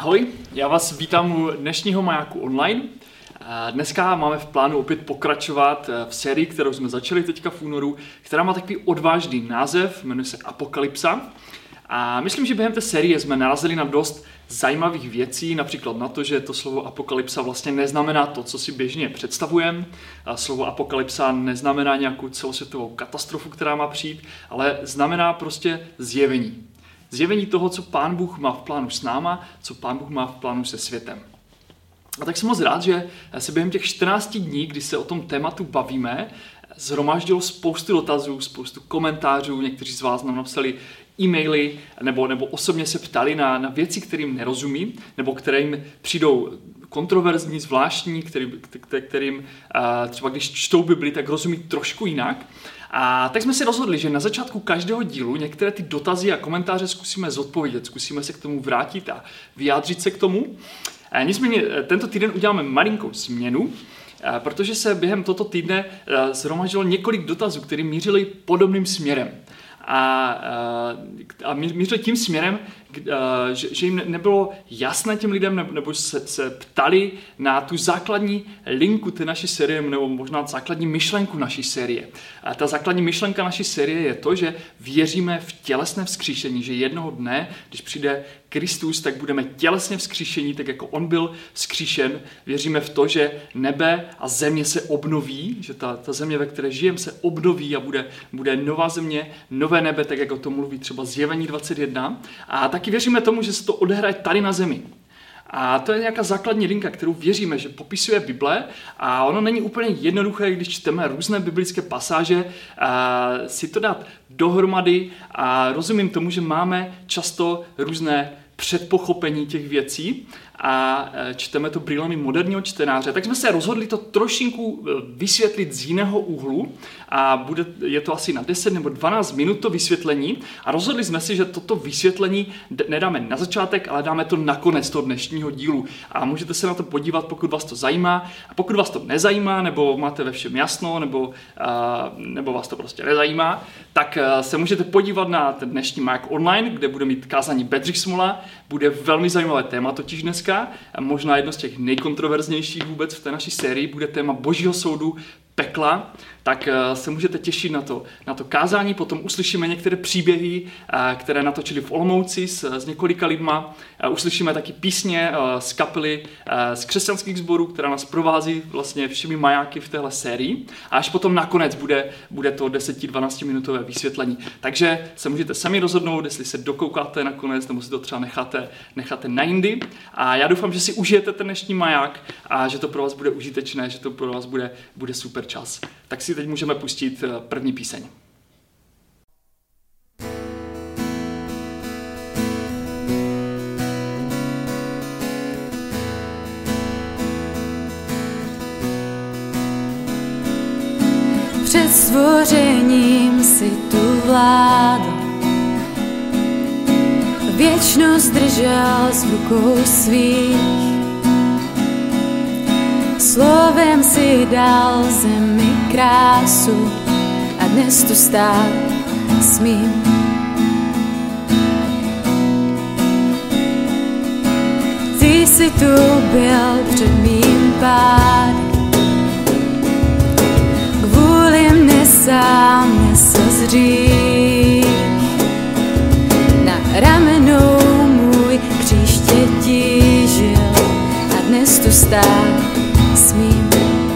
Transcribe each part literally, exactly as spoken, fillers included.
Ahoj, já vás vítám u dnešního Majáku online. Dneska máme v plánu opět pokračovat v sérii, kterou jsme začali teďka v únoru, která má takový odvážný název, jmenuje se Apokalypsa. A myslím, že během té série jsme narazili na dost zajímavých věcí, například na to, že to slovo apokalypsa vlastně neznamená to, co si běžně představujeme. Slovo apokalypsa neznamená nějakou celosvětovou katastrofu, která má přijít, ale znamená prostě zjevení. Zjevení toho, co Pán Bůh má v plánu s náma, co Pán Bůh má v plánu se světem. A tak jsem moc rád, že se během těch čtrnácti dní, kdy se o tom tématu bavíme, zhromáždilo spoustu dotazů, spoustu komentářů, někteří z vás nám napsali e-maily nebo, nebo osobně se ptali na, na věci, kterým nerozumí, nebo které jim přijdou kontroverzní, zvláštní, který, kterým třeba když čtou Bibli, tak rozumí trošku jinak. A tak jsme se rozhodli, že na začátku každého dílu některé ty dotazy a komentáře zkusíme zodpovědět, zkusíme se k tomu vrátit a vyjádřit se k tomu. A nicméně tento týden uděláme malinkou změnu, protože se během tohoto týdne shromáždilo několik dotazů, které mířily podobným směrem. A, a mířili tím směrem, že, že jim nebylo jasné těm lidem, nebo, nebo se, se ptali na tu základní linku té naší série, nebo možná základní myšlenku naší série. A ta základní myšlenka naší série je to, že věříme v tělesné vzkříšení, že jednoho dne, když přijde Kristus, tak budeme tělesně vzkříšení, tak jako on byl vzkříšen. Věříme v to, že nebe a země se obnoví, že ta, ta země, ve které žijeme, se obnoví a bude, bude nová země, nové nebe, tak jako to mluví třeba Zjevení dvacet jedna. A taky věříme tomu, že se to odehraje tady na zemi. A to je nějaká základní linka, kterou věříme, že popisuje Bible a ono není úplně jednoduché, když čteme různé biblické pasáže, si to dát dohromady a rozumím tomu, že máme často různé předpochopení těch věcí a čteme to brýlemi moderního čtenáře, tak jsme se rozhodli to trošinku vysvětlit z jiného úhlu a bude, je to asi na deset nebo dvanáct minut to vysvětlení a rozhodli jsme si, že toto vysvětlení nedáme na začátek, ale dáme to na konec toho dnešního dílu a můžete se na to podívat, pokud vás to zajímá a pokud vás to nezajímá nebo máte ve všem jasno nebo, nebo vás to prostě nezajímá, tak se můžete podívat na ten dnešní Maják online, kde bude mít kázání Bedřich Smola, bude velmi zajímavé téma totiž dneska. Možná jedno z těch nejkontroverznějších vůbec v té naší sérii bude téma Božího soudu, pekla, tak se můžete těšit na to, na to kázání. Potom uslyšíme některé příběhy, které natočili v Olomouci s, s několika lidma. Uslyšíme taky písně z kapely z křesťanských sborů, která nás provází vlastně všemi majáky v téhle sérii. A až potom nakonec bude, bude to deset až dvanáct minutové vysvětlení. Takže se můžete sami rozhodnout, jestli se dokoukáte nakonec, nebo si to třeba necháte, necháte na jindy. A já doufám, že si užijete ten dnešní maják a že to pro vás bude užitečné, že to pro vás bude, bude super čas. Tak si teď můžeme pustit první píseň. Před stvořením si tu vládl, věčnost držel s rukou svých. Slovem si dal zemi krásu a dnes tu stát smím. Ty jsi tu byl před mým pádem, kvůli mne sám nesl hřích. Na ramenou můj kříž tě tížil a dnes tu stát smím.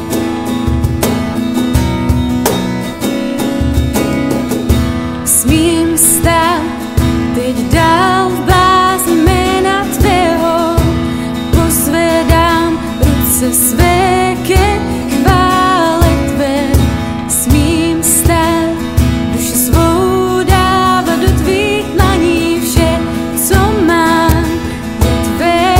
Smím stát teď dál v bázi jména tvého, pozvedám ruce své ke chvále tvé. Smím stát duši svou dávat do tvých dlaní, vše, co mám, je tvé.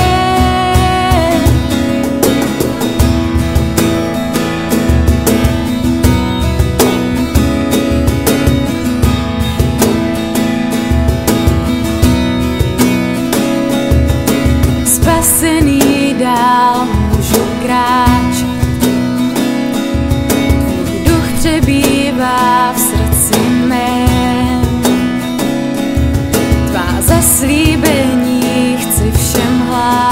Spasený dál můžu kráčet, tvůj duch přebývá v srdci mém, tvá zaslíbení chci všem hlásat.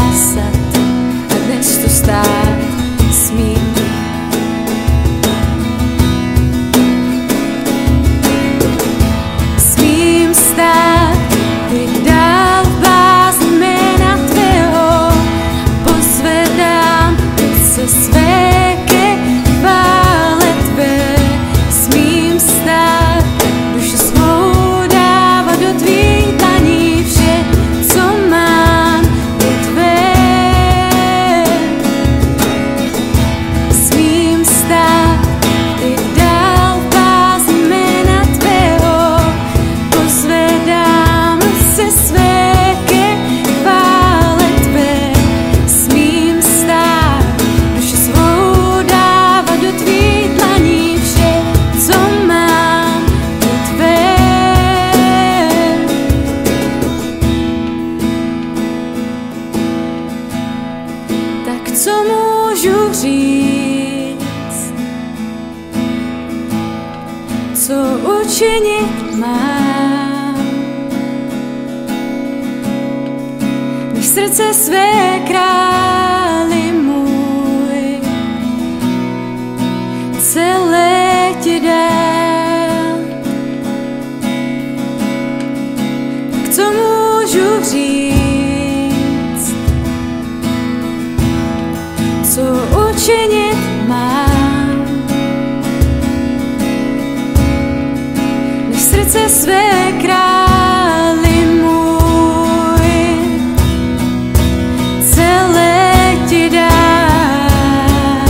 co učinit mám. Než srdce své králi můj, celé ti dám. Tak co můžu říct, co učinit mám, než srdce své králi můj, celé ti dám.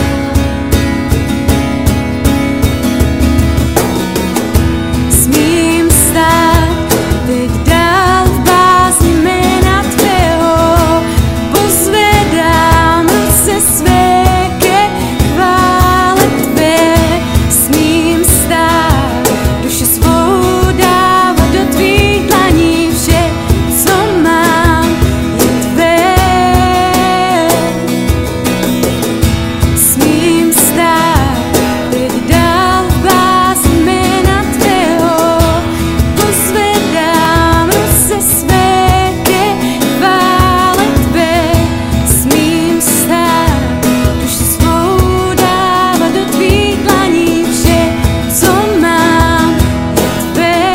Smím stát teď dál v bázni jména tvého, pozvedám ruce své ke chvále tvé. Smím stát, duši svou dávat do tvých dlaní, vše, co mám, je tvé. Smím stát teď dál v bázni jména tvého, pozvedám ruce své ke chvále tvé. Smím stát, duši svou dávat do tvých dlaní, vše, co mám, je tvé.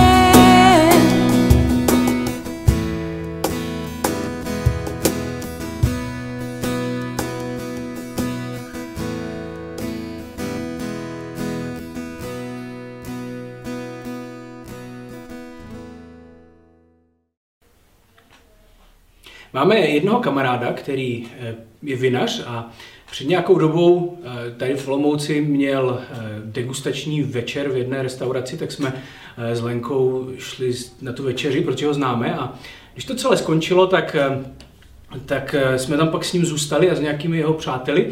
Máme jednoho kamaráda, který eh, je vinař a před nějakou dobou eh, tady v Olomouci měl eh, degustační večer v jedné restauraci, tak jsme eh, s Lenkou šli na tu večeři, protože ho známe, a když to celé skončilo, tak, eh, tak eh, jsme tam pak s ním zůstali a s nějakými jeho přáteli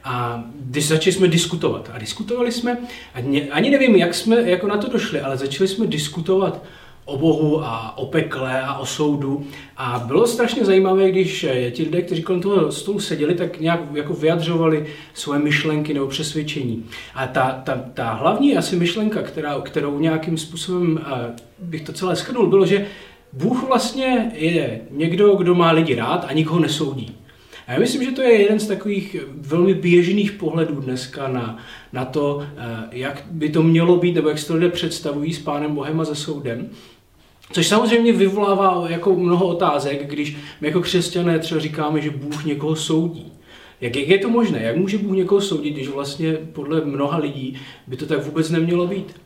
a když začali jsme diskutovat. A diskutovali jsme, a ně, ani nevím, jak jsme jako na to došli, ale začali jsme diskutovat o Bohu a o pekle a o soudu. A bylo strašně zajímavé, když ti lidé, kteří kolem toho stolu seděli, tak nějak jako vyjadřovali svoje myšlenky nebo přesvědčení. A ta, ta, ta hlavní asi myšlenka, která, kterou nějakým způsobem bych to celé shrnul, bylo, že Bůh vlastně je někdo, kdo má lidi rád a nikoho nesoudí. A já myslím, že to je jeden z takových velmi běžných pohledů dneska na, na to, jak by to mělo být, nebo jak si to lidé představují s Pánem Bohem a se soudem. Což samozřejmě vyvolává jako mnoho otázek, když my jako křesťané třeba říkáme, že Bůh někoho soudí. Jak, jak je to možné? Jak může Bůh někoho soudit, když vlastně podle mnoha lidí by to tak vůbec nemělo být?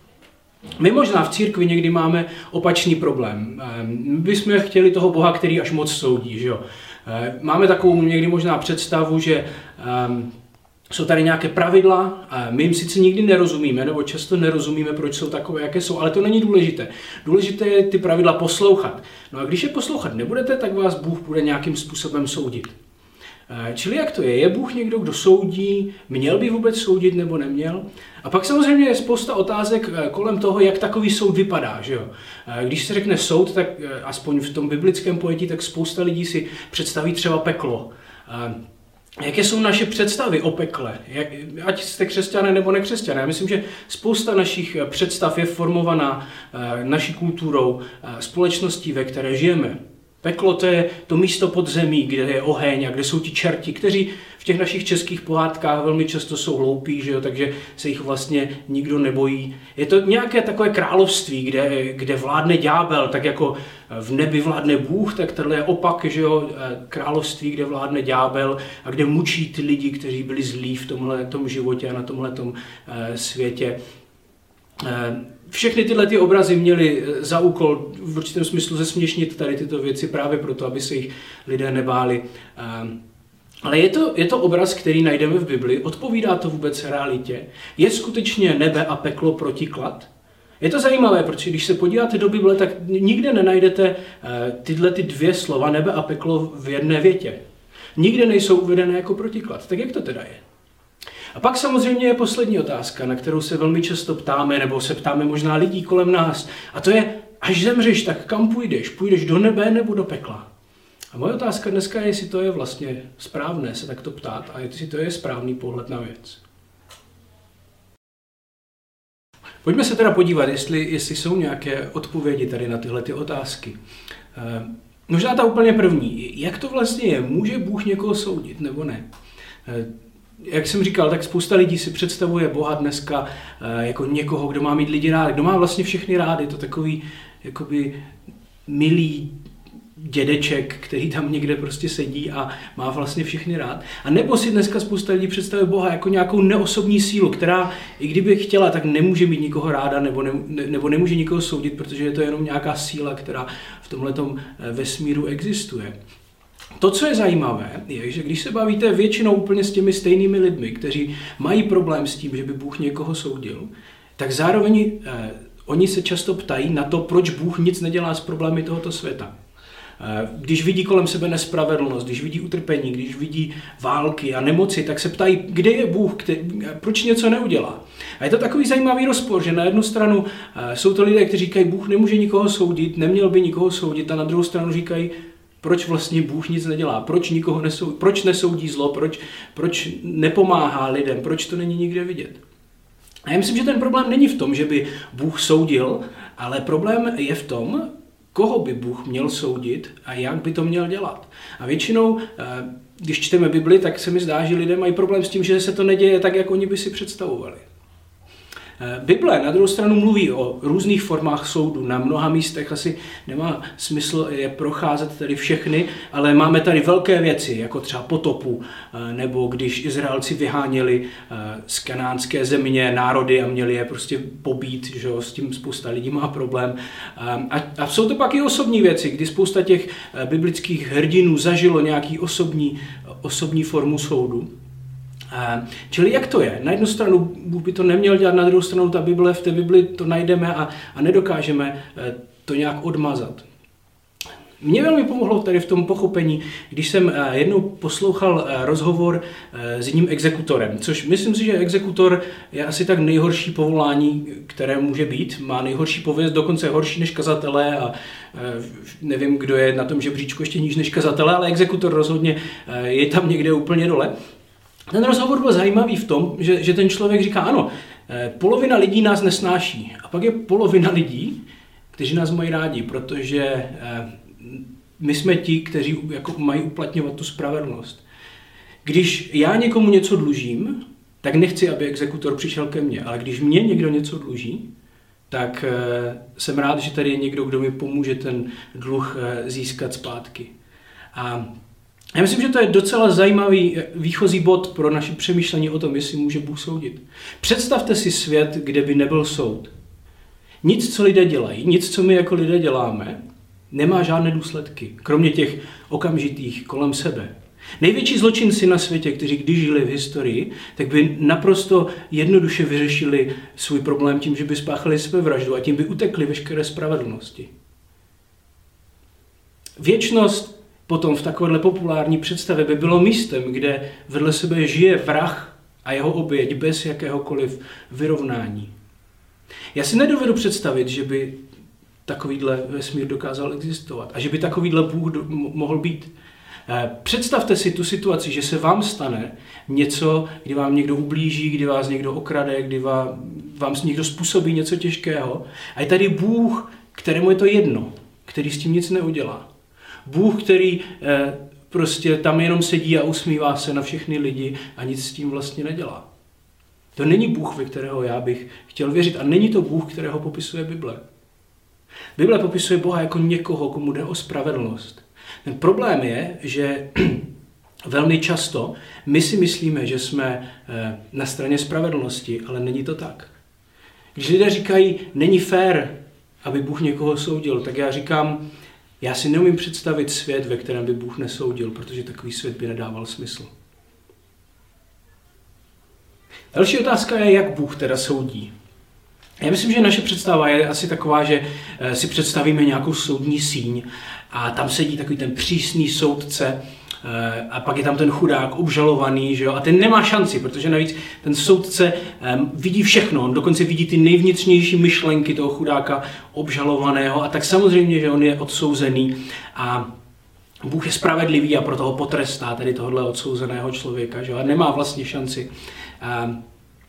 My možná v církvi někdy máme opačný problém. My bychom chtěli toho Boha, který až moc soudí. Že jo? Máme takovou někdy možná představu, že um, jsou tady nějaké pravidla, a my jim sice nikdy nerozumíme, nebo často nerozumíme, proč jsou takové, jaké jsou, ale to není důležité. Důležité je ty pravidla poslouchat. No a když je poslouchat nebudete, tak vás Bůh bude nějakým způsobem soudit. Čili jak to je? Je Bůh někdo, kdo soudí? Měl by vůbec soudit nebo neměl? A pak samozřejmě je spousta otázek kolem toho, jak takový soud vypadá. Že jo? Když se řekne soud, tak aspoň v tom biblickém pojetí, tak spousta lidí si představí třeba peklo. Jaké jsou naše představy o pekle? Jak, ať jste křesťané nebo nekřesťané. Já myslím, že spousta našich představ je formovaná naší kulturou, společností, ve které žijeme. Peklo to je to místo pod zemí, kde je oheň a kde jsou ti čerti, kteří v těch našich českých pohádkách velmi často jsou hloupí, že jo, takže se jich vlastně nikdo nebojí. Je to nějaké takové království, kde, kde vládne ďábel, tak jako v nebi vládne Bůh, tak tohle je opak, že jo, království, kde vládne ďábel a kde mučí ty lidi, kteří byli zlí v tomhle tom životě a na tomhle tom světě. Všechny tyhle ty obrazy měly za úkol v určitém smyslu zesměšnit tady tyto věci právě proto, aby se jich lidé nebáli. Ale je to, je to obraz, který najdeme v Bibli, odpovídá to vůbec realitě? Je skutečně nebe a peklo protiklad? Je to zajímavé, protože když se podíváte do Bible, tak nikde nenajdete tyhle ty dvě slova, nebe a peklo, v jedné větě. Nikde nejsou uvedené jako protiklad. Tak jak to teda je? A pak samozřejmě je poslední otázka, na kterou se velmi často ptáme, nebo se ptáme možná lidí kolem nás. A to je, až zemřeš, tak kam půjdeš? Půjdeš do nebe nebo do pekla? A moje otázka dneska je, jestli to je vlastně správné se takto ptát a jestli to je správný pohled na věc. Pojďme se teda podívat, jestli, jestli jsou nějaké odpovědi tady na tyhle ty otázky. E, možná ta úplně první. Jak to vlastně je? Může Bůh někoho soudit nebo ne? E, jak jsem říkal, tak spousta lidí si představuje Boha dneska e, jako někoho, kdo má mít lidi rád, kdo má vlastně všechny rád. Je to takový jakoby milý dědeček, který tam někde prostě sedí a má vlastně všechny rád. A nebo si dneska spousta lidí představuje Boha jako nějakou neosobní sílu, která, i kdyby chtěla, tak nemůže mít nikoho ráda nebo, ne, nebo nemůže nikoho soudit, protože je to jenom nějaká síla, která v tomhletom vesmíru existuje. To, co je zajímavé, je, že když se bavíte většinou úplně s těmi stejnými lidmi, kteří mají problém s tím, že by Bůh někoho soudil, tak zároveň eh, oni se často ptají na to, proč Bůh nic nedělá s problémy tohoto světa. Když vidí kolem sebe nespravedlnost, když vidí utrpení, když vidí války a nemoci, tak se ptají, kde je Bůh, který, proč něco neudělá. A je to takový zajímavý rozpor, že na jednu stranu jsou to lidé, kteří říkají, Bůh nemůže nikoho soudit, neměl by nikoho soudit, a na druhou stranu říkají, proč vlastně Bůh nic nedělá, proč nikoho nesoudí, proč nesoudí zlo, proč, proč nepomáhá lidem, proč to není nikde vidět. A já myslím, že ten problém není v tom, že by Bůh soudil, ale problém je v tom, koho by Bůh měl soudit a jak by to měl dělat. A většinou, když čteme Bibli, tak se mi zdá, že lidé mají problém s tím, že se to neděje tak, jak oni by si představovali. Bible na druhou stranu mluví o různých formách soudu. Na mnoha místech asi nemá smysl je procházet tady všechny, ale máme tady velké věci, jako třeba potopu, nebo když Izraelci vyháněli z kanánské země národy a měli je prostě pobít, že s tím spousta lidí má problém. A, a jsou to pak i osobní věci, kdy spousta těch biblických hrdinů zažilo nějaký osobní, osobní formu soudu. Čili jak to je? Na jednu stranu Bůh by to neměl dělat, na druhou stranu ta Bible, v té Bibli to najdeme a, a nedokážeme to nějak odmazat. Mě velmi pomohlo tady v tom pochopení, když jsem jednou poslouchal rozhovor s jedním exekutorem, což myslím si, že exekutor je asi tak nejhorší povolání, které může být. Má nejhorší pověst, dokonce horší než kazatelé a nevím, kdo je na tom žebříčku ještě níž než kazatelé, ale exekutor rozhodně je tam někde úplně dole. Ten rozhovor byl zajímavý v tom, že, že ten člověk říká, ano, polovina lidí nás nesnáší a pak je polovina lidí, kteří nás mají rádi, protože my jsme ti, kteří jako mají uplatňovat tu spravedlnost. Když já někomu něco dlužím, tak nechci, aby exekutor přišel ke mně, ale když mě někdo něco dluží, tak jsem rád, že tady je někdo, kdo mi pomůže ten dluh získat zpátky. A já myslím, že to je docela zajímavý výchozí bod pro naše přemýšlení o tom, jestli může Bůh soudit. Představte si svět, kde by nebyl soud. Nic, co lidé dělají, nic, co my jako lidé děláme, nemá žádné důsledky, kromě těch okamžitých kolem sebe. Největší zločinci na světě, kteří když žili v historii, tak by naprosto jednoduše vyřešili svůj problém tím, že by spáchali sebevraždu a tím by utekli veškeré spravedlnosti. Věčnost potom v takovéhle populární představě by bylo místem, kde vedle sebe žije vrah a jeho oběť bez jakéhokoliv vyrovnání. Já si nedovedu představit, že by takovýhle vesmír dokázal existovat a že by takovýhle Bůh do, mohl být. Představte si tu situaci, že se vám stane něco, kdy vám někdo ublíží, kdy vás někdo okrade, kdy vám, vám někdo způsobí něco těžkého. A je tady Bůh, kterému je to jedno, který s tím nic neudělá. Bůh, který eh, prostě tam jenom sedí a usmívá se na všechny lidi a nic s tím vlastně nedělá. To není Bůh, ve kterého já bych chtěl věřit a není to Bůh, kterého popisuje Bible. Bible popisuje Boha jako někoho, komu jde o spravedlnost. Ten problém je, že velmi často my si myslíme, že jsme eh, na straně spravedlnosti, ale není to tak. Když lidé říkají, není fér, aby Bůh někoho soudil, tak já říkám, já si neumím představit svět, ve kterém by Bůh nesoudil, protože takový svět by nedával smysl. Další otázka je, jak Bůh teda soudí. Já myslím, že naše představa je asi taková, že si představíme nějakou soudní síň a tam sedí takový ten přísný soudce a pak je tam ten chudák obžalovaný, že jo? A ten nemá šanci, protože navíc ten soudce vidí všechno, on dokonce vidí ty nejvnitřnější myšlenky toho chudáka obžalovaného a tak samozřejmě, že on je odsouzený a Bůh je spravedlivý a proto ho potrestá, tedy tohohle odsouzeného člověka, že jo? A nemá vlastně šanci.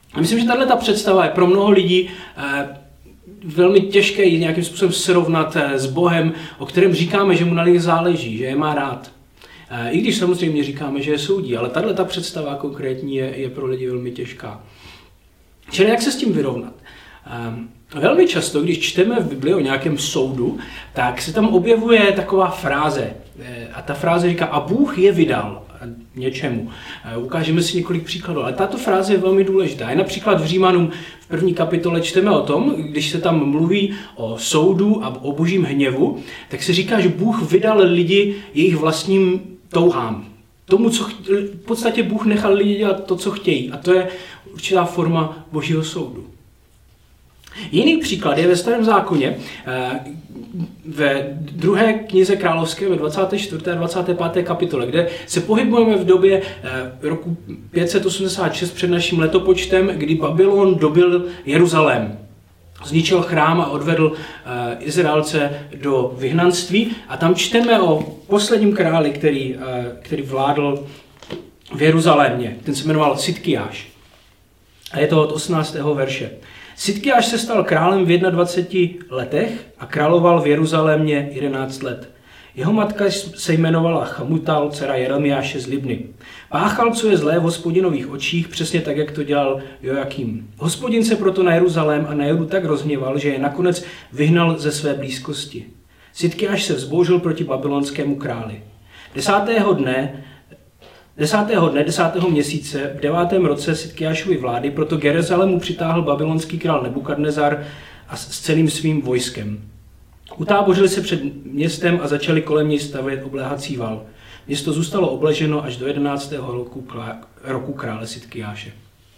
A myslím, že tato představa je pro mnoho lidí velmi těžké ji nějakým způsobem srovnat s Bohem, o kterém říkáme, že mu na nich záleží, že je má rád. I když samozřejmě říkáme, že je soudí, ale tato představa konkrétní je, je pro lidi velmi těžká. Čili jak se s tím vyrovnat? Velmi často, když čteme v Biblii o nějakém soudu, tak se tam objevuje taková fráze. A ta fráze říká, a Bůh je vydal něčemu. Ukážeme si několik příkladů, ale tato fráze je velmi důležitá. Je například v Římanům v první kapitole čteme o tom, když se tam mluví o soudu a o božím hněvu, tak se říká, že Bůh vydal lidi jejich vlastním touhám. Tomu, co chtěli, v podstatě Bůh nechal lidi dělat to, co chtějí. A to je určitá forma božího soudu. Jiný příklad je ve Starém zákoně, ve druhé knize královské, ve dvacáté čtvrté a dvacáté páté kapitole, kde se pohybujeme v době roku pět set osmdesát šest před naším letopočtem, kdy Babylon dobyl Jeruzalém. Zničil chrám a odvedl Izraelce do vyhnanství. A tam čteme o posledním králi, který, který vládl v Jeruzalémě. Ten se jmenoval Sidkiáš. A je to od osmnáctého verše. Sidkiáš se stal králem v dvaceti jedné letech a královal v Jeruzalémě jedenáct let. Jeho matka se jmenovala Chamutal, dcera Jeremiáše z Libny. Páchal, co je zlé v Hospodinových očích, přesně tak, jak to dělal Joakim. Hospodin se proto na Jeruzalém a na Judu tak rozhněval, že je nakonec vyhnal ze své blízkosti. Sidkiáš se vzbouřil proti babylonskému králi. Desátého dne Desátého dne, desátého měsíce, v devátém roce Sidkiášovy vlády, proto k Jeruzalému přitáhl babylonský král Nebukadnezar a s celým svým vojskem. Utábořili se před městem a začali kolem něj stavět obléhací val. Město zůstalo obleženo až do jedenáctého roku, roku krále Sidkiáše.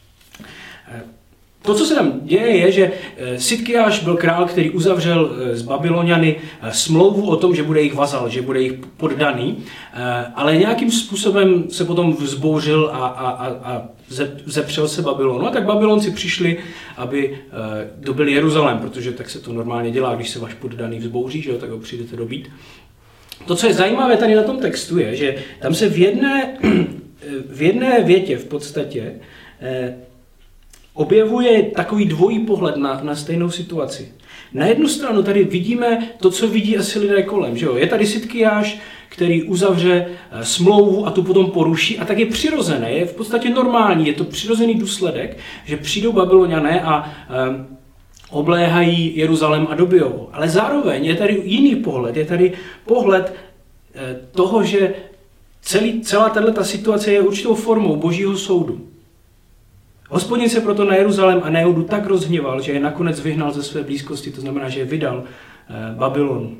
To, co se tam děje, je, že Sidkiáš byl král, který uzavřel s Babyloniany smlouvu o tom, že bude jejich vazal, že bude jejich poddaný, ale nějakým způsobem se potom vzbouřil a, a, a, a zepřel se Babylonu. A tak Babylonci přišli, aby dobili Jeruzalém, protože tak se to normálně dělá, když se váš poddaný vzbouří, že jo, tak ho přijdete dobít. To, co je zajímavé tady na tom textu, je, že tam se v jedné, v jedné větě v podstatě objevuje takový dvojí pohled na, na stejnou situaci. Na jednu stranu tady vidíme to, co vidí asi lidé kolem. Že jo? Je tady Sidkiáš, který uzavře smlouvu a tu potom poruší. A tak je přirozené, je v podstatě normální, je to přirozený důsledek, že přijdou Babyloniané a um, obléhají Jeruzalém a dobijou ho. Ale zároveň je tady jiný pohled. Je tady pohled eh, toho, že celý, celá tato situace je určitou formou božího soudu. Hospodin se proto na Jeruzalém a na Judu tak rozhněval, že je nakonec vyhnal ze své blízkosti, to znamená, že je vydal eh, Babylonu.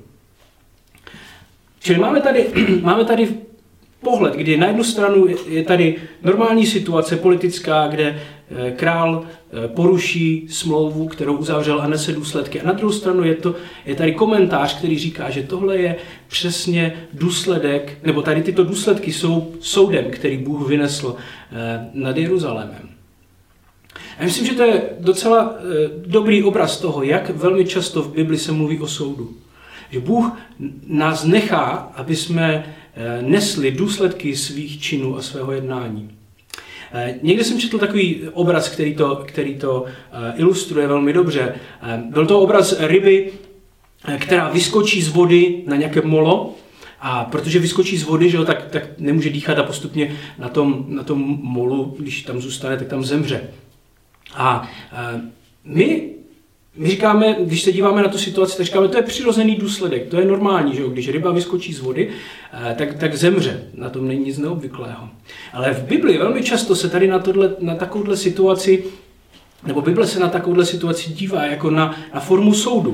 Čili máme tady, máme tady pohled, kdy na jednu stranu je tady normální situace politická, kde eh, král eh, poruší smlouvu, kterou uzavřel a nese důsledky. A na druhou stranu je, to, je tady komentář, který říká, že tohle je přesně důsledek, nebo tady tyto důsledky jsou soudem, který Bůh vynesl eh, nad Jeruzalémem. Já myslím, že to je docela dobrý obraz toho, jak velmi často v Bibli se mluví o soudu. Že Bůh nás nechá, aby jsme nesli důsledky svých činů a svého jednání. Někde jsem četl takový obraz, který to, který to ilustruje velmi dobře. Byl to obraz ryby, která vyskočí z vody na nějaké molo, a protože vyskočí z vody, že jo, tak, tak nemůže dýchat a postupně na tom, na tom molu, když tam zůstane, tak tam zemře. A my, my říkáme, když se díváme na tu situaci, tak říkáme, to je přirozený důsledek, to je normální, že jo? Když ryba vyskočí z vody, tak, tak zemře, na tom není nic neobvyklého. Ale v Bibli velmi často se tady na, tohle, na takovouhle situaci, nebo Bible se na takovouhle situaci dívá jako na, na formu soudu.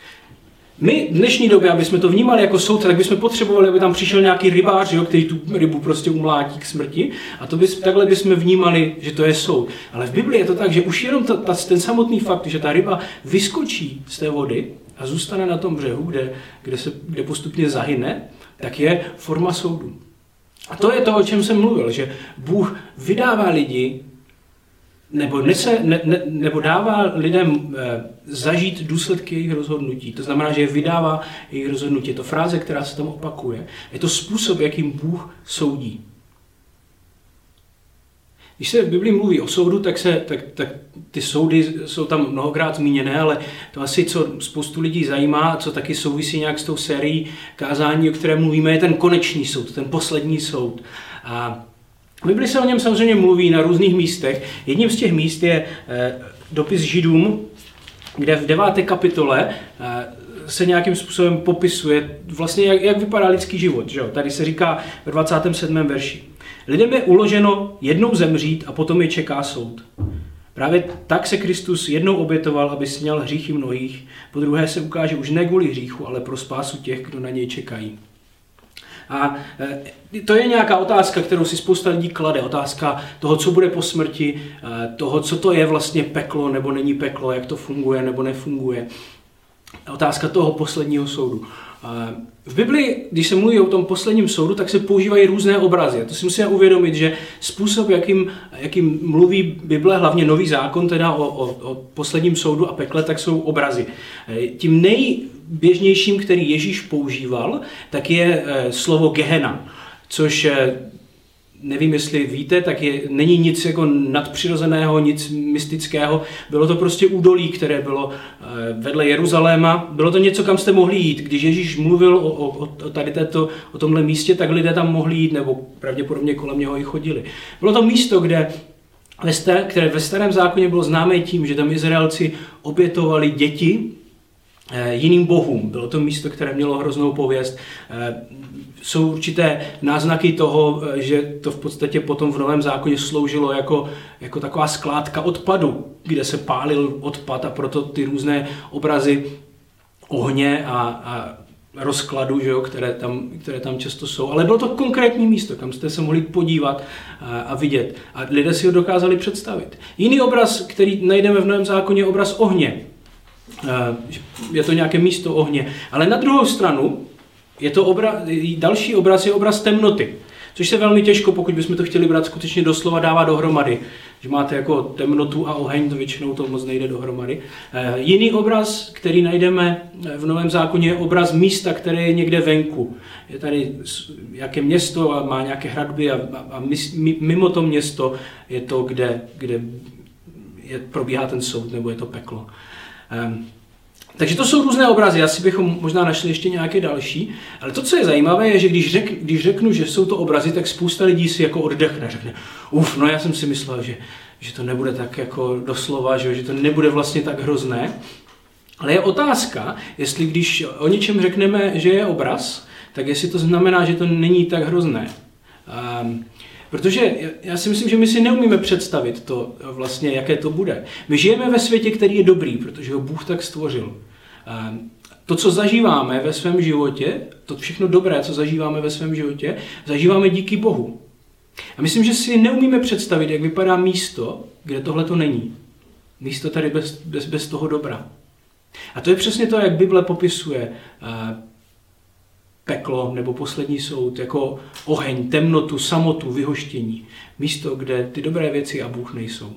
My v dnešní době, aby jsme to vnímali jako soudce, tak bychom potřebovali, aby tam přišel nějaký rybář, jo, který tu rybu prostě umlátí k smrti, a to bys, takhle bychom vnímali, že to je soud. Ale v Biblii je to tak, že už jenom ta, ta, ten samotný fakt, že ta ryba vyskočí z té vody a zůstane na tom břehu, kde, kde, se, kde postupně zahyne, tak je forma soudu. A to je to, o čem jsem mluvil, že Bůh vydává lidi, nebo, nese, ne, ne, nebo dává lidem e, zažít důsledky jejich rozhodnutí. To znamená, že je vydává jejich rozhodnutí. Je to fráze, která se tam opakuje. Je to způsob, jakým Bůh soudí. Když se v Biblii mluví o soudu, tak, se, tak, tak ty soudy jsou tam mnohokrát zmíněné, ale to asi, co spoustu lidí zajímá, co taky souvisí nějak s tou sérií kázání, o které mluvíme, je ten konečný soud, ten poslední soud. A v Biblii se o něm samozřejmě mluví na různých místech. Jedním z těch míst je eh, dopis Židům, kde v deváté kapitole eh, se nějakým způsobem popisuje vlastně, jak, jak vypadá lidský život. Že jo? Tady se říká ve dvacátém sedmém verši. Lidem je uloženo jednou zemřít a potom je čeká soud. Právě tak se Kristus jednou obětoval, aby sněl hříchy mnohých. Po druhé se ukáže už ne kvůli hříchu, ale pro spásu těch, kdo na něj čekají. A to je nějaká otázka, kterou si spousta lidí klade. Otázka toho, co bude po smrti, toho, co to je vlastně peklo nebo není peklo, jak to funguje nebo nefunguje. Otázka toho posledního soudu. V Biblii, když se mluví o tom posledním soudu, tak se používají různé obrazy. A to si musíme uvědomit, že způsob, jakým, jakým mluví Bible, hlavně Nový zákon, teda o, o, o posledním soudu a pekle, tak jsou obrazy. Tím nejběžnějším, který Ježíš používal, tak je slovo Gehenna, což nevím, jestli víte, tak je, není nic jako nadpřirozeného, nic mystického. Bylo to prostě údolí, které bylo vedle Jeruzaléma. Bylo to něco, kam jste mohli jít. Když Ježíš mluvil o, o, o, tady této, o tomhle místě, tak lidé tam mohli jít, nebo pravděpodobně kolem něho i chodili. Bylo to místo, kde, které ve Starém zákoně bylo známé tím, že tam Izraelci obětovali děti jiným bohům. Bylo to místo, které mělo hroznou pověst. Jsou určité náznaky toho, že to v podstatě potom v Novém zákoně sloužilo jako, jako taková skládka odpadu, kde se pálil odpad a proto ty různé obrazy ohně a, a rozkladu, že jo, které, tam, které tam často jsou. Ale bylo to konkrétní místo, kam jste se mohli podívat a, a vidět. A lidé si ho dokázali představit. Jiný obraz, který najdeme v Novém zákoně, je obraz ohně. Je to nějaké místo ohně. Ale na druhou stranu je to obraz, další obraz je obraz temnoty, což se velmi těžko, pokud bychom to chtěli brát skutečně doslova, dává dohromady. Že máte jako temnotu a oheň, to většinou to moc nejde dohromady. Jiný obraz, který najdeme v Novém zákoně, je obraz místa, které je někde venku. Je tady jaké město a má nějaké hradby a, a mimo to město je to, kde, kde je, probíhá ten soud, nebo je to peklo. Um, takže to jsou různé obrazy, asi bychom možná našli ještě nějaké další, ale to, co je zajímavé, je, že když, řek, když řeknu, že jsou to obrazy, tak spousta lidí si jako oddechne, řekne, uf, no já jsem si myslel, že, že to nebude tak jako doslova, že, že to nebude vlastně tak hrozné, ale je otázka, jestli když o něčem řekneme, že je obraz, tak jestli to znamená, že to není tak hrozné. Um, Protože já si myslím, že my si neumíme představit to vlastně, jaké to bude. My žijeme ve světě, který je dobrý, protože ho Bůh tak stvořil. To, co zažíváme ve svém životě, to všechno dobré, co zažíváme ve svém životě, zažíváme díky Bohu. A myslím, že si neumíme představit, jak vypadá místo, kde tohle to není. Místo tady bez, bez, bez toho dobra. A to je přesně to, jak Bible popisuje peklo nebo poslední soud, jako oheň, temnotu, samotu, vyhoštění. Místo, kde ty dobré věci a Bůh nejsou.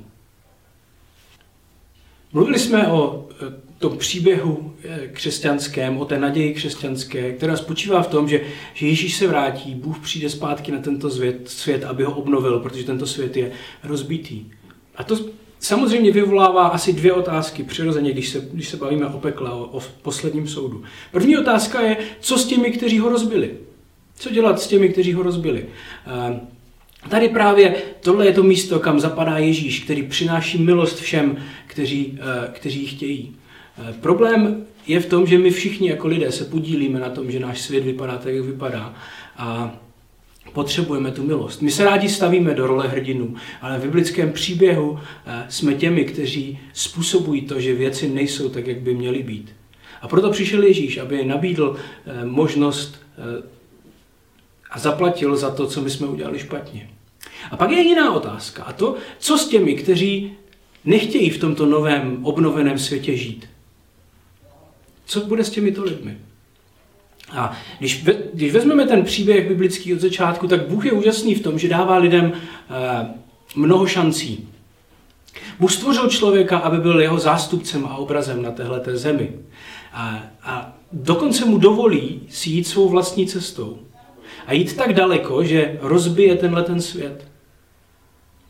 Mluvili jsme o tom příběhu křesťanském, o té naději křesťanské, která spočívá v tom, že, že Ježíš se vrátí, Bůh přijde zpátky na tento svět, svět, aby ho obnovil, protože tento svět je rozbitý. A to samozřejmě vyvolává asi dvě otázky, přirozeně, když se, když se bavíme o pekle, o, o posledním soudu. První otázka je, co s těmi, kteří ho rozbili? Co dělat s těmi, kteří ho rozbili? Tady právě tohle je to místo, kam zapadá Ježíš, který přináší milost všem, kteří, kteří ji chtějí. Problém je v tom, že my všichni jako lidé se podílíme na tom, že náš svět vypadá tak, jak vypadá. A potřebujeme tu milost. My se rádi stavíme do role hrdinů, ale v biblickém příběhu jsme těmi, kteří způsobují to, že věci nejsou tak, jak by měly být. A proto přišel Ježíš, aby nabídl možnost a zaplatil za to, co my jsme udělali špatně. A pak je jiná otázka. A to, co s těmi, kteří nechtějí v tomto novém, obnoveném světě žít? Co bude s těmito lidmi? A když, ve, když vezmeme ten příběh biblický od začátku, tak Bůh je úžasný v tom, že dává lidem eh, mnoho šancí. Bůh stvořil člověka, aby byl jeho zástupcem a obrazem na téhleté zemi. A, a dokonce mu dovolí si jít svou vlastní cestou. A jít tak daleko, že rozbije tenhle ten svět.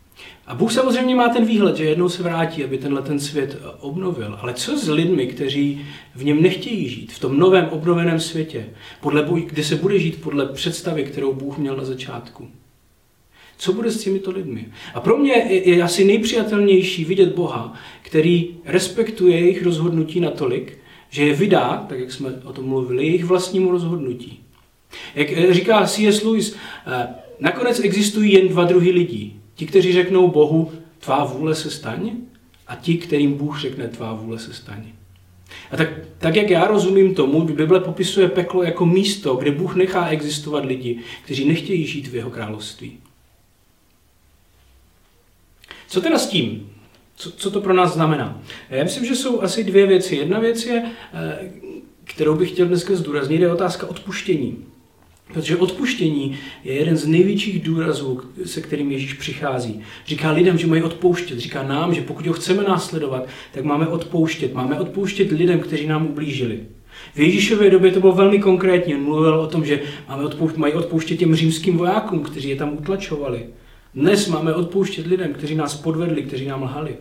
A Bůh samozřejmě má ten výhled, že jednou se vrátí, aby tenhle ten svět obnovil. Ale co s lidmi, kteří v něm nechtějí žít, v tom novém obnoveném světě, podle, kde se bude žít podle představy, kterou Bůh měl na začátku? Co bude s těmito lidmi? A pro mě je, je asi nejpřijatelnější vidět Boha, který respektuje jejich rozhodnutí natolik, že je vydá, tak jak jsme o tom mluvili, jejich vlastnímu rozhodnutí. Jak říká C S Lewis, nakonec existují jen dva druhy lidí. Ti, kteří řeknou Bohu, tvá vůle se staň, a ti, kterým Bůh řekne, tvá vůle se staň. A tak, tak jak já rozumím tomu, Bible popisuje peklo jako místo, kde Bůh nechá existovat lidi, kteří nechtějí žít v jeho království. Co teda s tím? Co, co to pro nás znamená? Já myslím, že jsou asi dvě věci. Jedna věc je, kterou bych chtěl dneska zdůraznit, je otázka odpuštění. Protože odpuštění je jeden z největších důrazů, se kterým Ježíš přichází. Říká lidem, že mají odpouštět. Říká nám, že pokud ho chceme následovat, tak máme odpouštět. Máme odpouštět lidem, kteří nám ublížili. V Ježíšově době to bylo velmi konkrétně. On mluvil o tom, že máme odpouštět, mají odpouštět těm římským vojákům, kteří je tam utlačovali. Dnes máme odpouštět lidem, kteří nás podvedli, kteří nám lhali.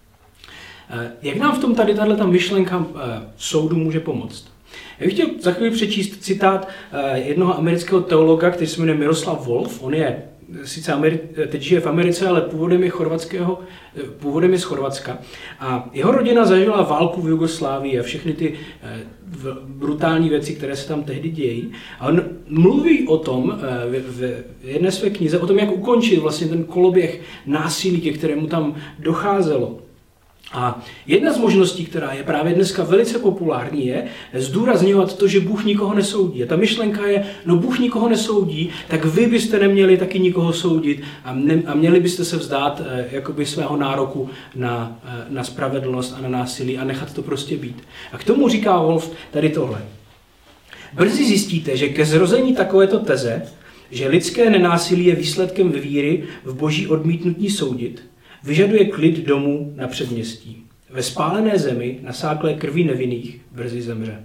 Jak nám v tom tady tato myšlenka soudu může pomoct? Já bych chtěl za chvíli přečíst citát jednoho amerického teologa, který se jmenuje Miroslav Volf. On je sice Ameri- teď žije v Americe, ale původem je, chorvatského, původem je z Chorvatska. A jeho rodina zažila válku v Jugoslávii a všechny ty brutální věci, které se tam tehdy dějí. A on mluví o tom v jedné své knize, o tom, jak ukončit vlastně ten koloběh násilí, ke kterému tam docházelo. A jedna z možností, která je právě dneska velice populární, je zdůrazňovat to, že Bůh nikoho nesoudí. A ta myšlenka je, no Bůh nikoho nesoudí, tak vy byste neměli taky nikoho soudit a, ne, a měli byste se vzdát eh, jakoby svého nároku na, eh, na spravedlnost a na násilí a nechat to prostě být. A k tomu říká Wolf tady tohle. Brzy zjistíte, že ke zrození takovéto teze, že lidské nenásilí je výsledkem víry v boží odmítnutí soudit, vyžaduje klid domů na předměstí. Ve spálené zemi, nasáklé krví nevinných, brzy zemře.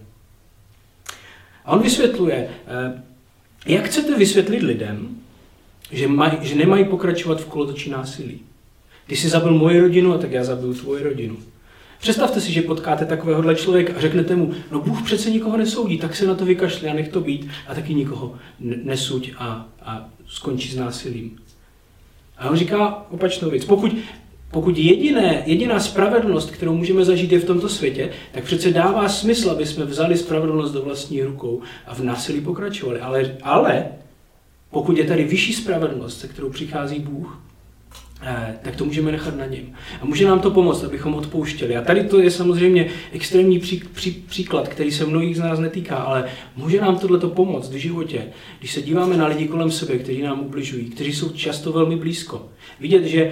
A on vysvětluje, jak chcete vysvětlit lidem, že, maj, že nemají pokračovat v kolotočí násilí. Ty jsi zabil moji rodinu, a tak já zabiju tvoji rodinu. Představte si, že potkáte takovéhohle člověka a řeknete mu, no Bůh přece nikoho nesoudí, tak se na to vykašli a nech to být a taky nikoho nesuď a, a skončí s násilím. A on říká opačnou věc. Pokud, pokud jediné, jediná spravedlnost, kterou můžeme zažít je v tomto světě, tak přece dává smysl, aby jsme vzali spravedlnost do vlastních rukou a v násilí pokračovali. Ale, ale pokud je tady vyšší spravedlnost, se kterou přichází Bůh, eh, tak to můžeme nechat na něm. A může nám to pomoct, abychom odpouštěli. A tady to je samozřejmě extrémní pří, pří, příklad, který se mnohých z nás netýká, ale může nám tohleto pomoct v životě, když se díváme na lidi kolem sebe, kteří nám ubližují, kteří jsou často velmi blízko. Vidět, že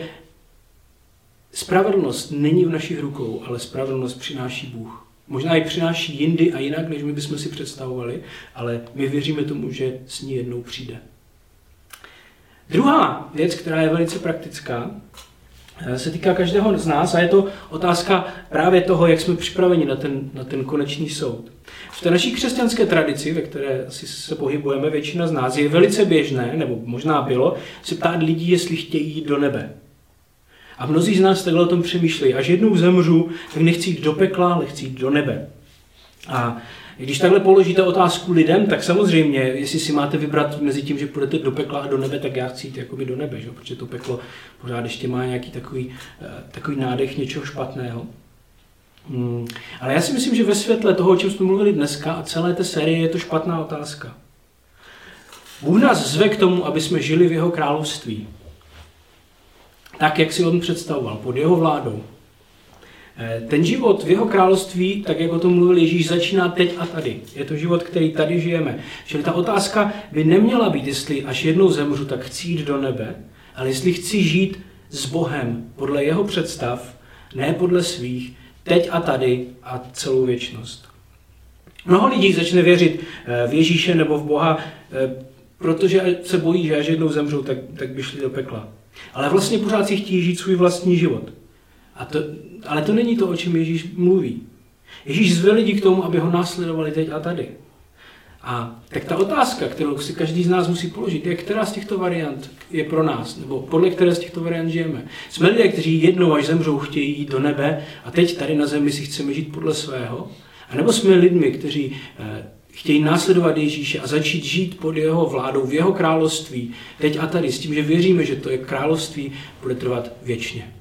spravedlnost není v našich rukou, ale spravedlnost přináší Bůh. Možná ji přináší jindy a jinak, než my bychom si představovali, ale my věříme tomu, že s ní jednou přijde. Druhá věc, která je velice praktická, se týká každého z nás a je to otázka právě toho, jak jsme připraveni na ten, na ten konečný soud. V té naší křesťanské tradici, ve které asi se pohybujeme, většina z nás, je velice běžné, nebo možná bylo, se ptát lidí, jestli chtějí jít do nebe. A mnozí z nás takhle o tom přemýšlejí. Až jednou zemřu, tak nechci jít do pekla, ale chci jít do nebe. A když takhle položíte otázku lidem, tak samozřejmě, jestli si máte vybrat mezi tím, že půjdete do pekla a do nebe, tak já chci jít jakoby do nebe, že? Protože to peklo pořád ještě má nějaký takový, takový nádech něčeho špatného. Hmm. Ale já si myslím, že ve světle toho, o čem jsme mluvili dneska a celé té série, je to špatná otázka. Bůh nás zve k tomu, aby jsme žili v jeho království. Tak, jak si on představoval, pod jeho vládou. Ten život v jeho království, tak jak o tom mluvil Ježíš, začíná teď a tady. Je to život, který tady žijeme. Čili ta otázka by neměla být, jestli až jednou zemřu, tak chci jít do nebe, ale jestli chci žít s Bohem podle jeho představ, ne podle svých, teď a tady a celou věčnost. Mnoho lidí začne věřit v Ježíše nebo v Boha, protože se bojí, že až jednou zemřou, tak, tak by šli do pekla. Ale vlastně pořád si chtějí žít svůj vlastní život. A to, ale to není to, o čem Ježíš mluví. Ježíš zve lidi k tomu, aby ho následovali teď a tady. A tak ta otázka, kterou si každý z nás musí položit, je, která z těchto variant je pro nás, nebo podle které z těchto variant žijeme. Jsme lidé, kteří jednou, až zemřou, chtějí jít do nebe a teď tady na zemi si chceme žít podle svého? A nebo jsme lidmi, kteří eh, chtějí následovat Ježíše a začít žít pod jeho vládou, v jeho království, teď a tady, s tím, že věříme, že to je království, bude trvat věčně.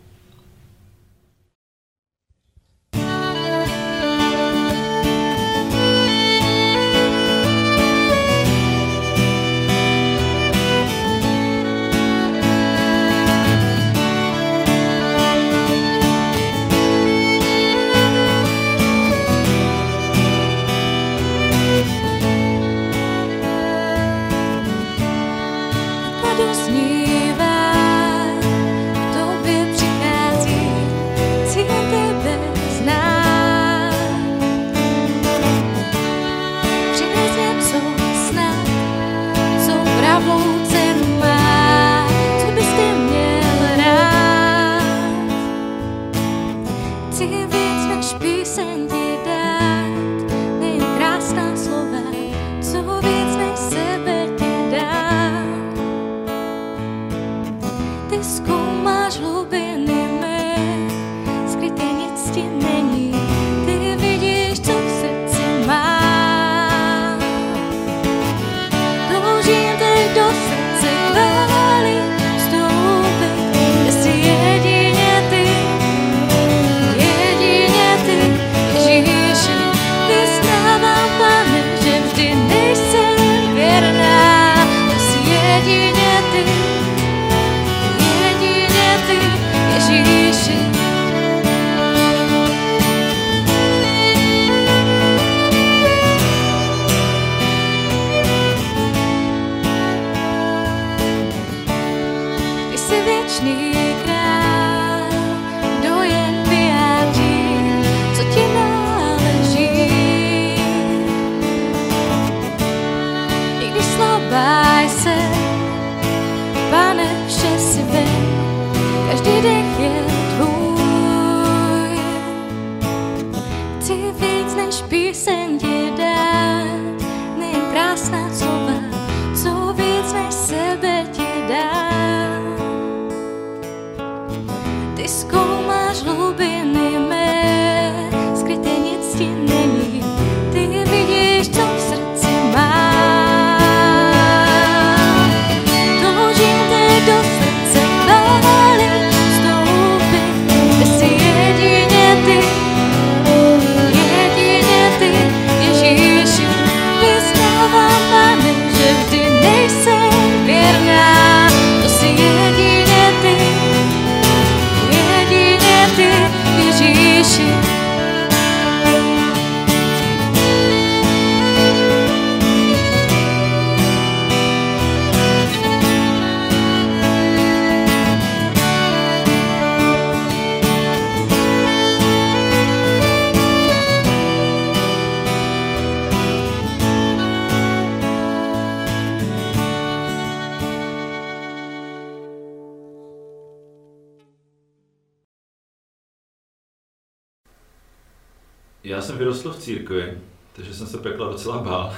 Já jsem vyrostl v církvi, takže jsem se pekla docela bál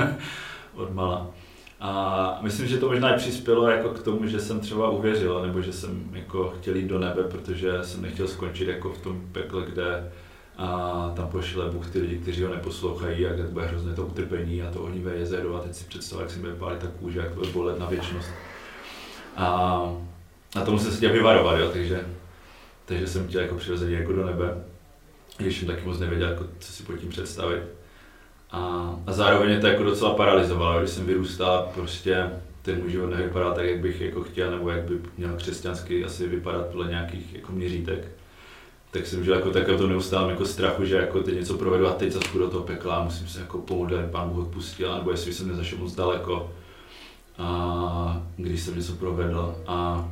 od mala. A myslím, že to možná i přispělo jako k tomu, že jsem třeba uvěřil, nebo že jsem jako chtěl jít do nebe, protože jsem nechtěl skončit jako v tom pekle, kde a tam pošle Bůh ty lidi, kteří ho neposlouchají a kde bude hrozné to utrpení a to ohnivé jezero a teď si představuji, jak si bude pálit ta kůže, jak to bude bolet na věčnost. A, a tomu jsem se chtěl vyvarovat, jo, takže, takže jsem chtěl jako přirozeně jako do nebe, když jsem taky moc nevěděl, jako, co si pod tím představit. A, a zároveň mě to jako docela paralyzovalo, když jsem vyrůstal, prostě ten můj život nevypadal tak, jak bych jako chtěl, nebo jak by měl křesťansky asi vypadat podle nějakých jako měřítek. Tak jsem žil jako takovém neustálém jako strachu, že jako teď něco provedu a teď zase do toho pekla a musím se jako pomodlit, Pán Bůh odpustil, nebo jestli jsem nezašel moc daleko, a když jsem něco provedl. A,